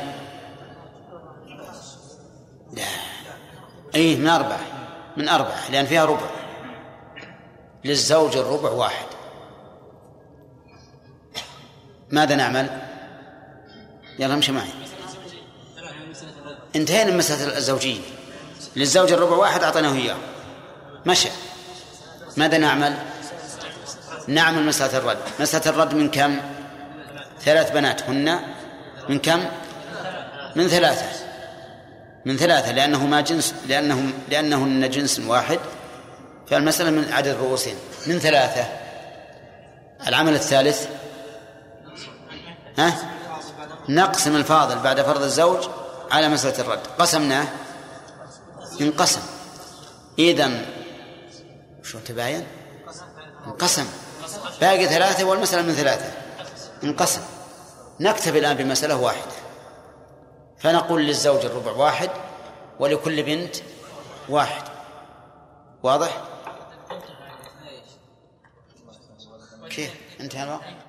لا أي من أربعة من أربعة لأن فيها ربع، للزوج الربع واحد، ماذا نعمل؟ يلا امشي معي. انتهينا من مسألة الزوجية. للزوج الربع واحد أعطيناه إياه مشى. ماذا نعمل؟ نعمل مسألة الرد. مسألة الرد من كم؟ ثلاث بنات هن من كم؟ من ثلاثة. من ثلاثة لأنهما جنس لأنهم لأنهن جنس واحد، فالمسألة من عدد رؤوسين من ثلاثة. العمل الثالث ها؟ نقسم الفاضل بعد فرض الزوج على مسألة الرد. قسمناه انقسم. إذن شو تباين؟ انقسم باقي ثلاثة والمسألة من ثلاثة انقسم. نكتفي الآن بمسألة واحدة، فنقول للزوج الربع واحد ولكل بنت واحد. واضح؟ كيف انتهى الوقت؟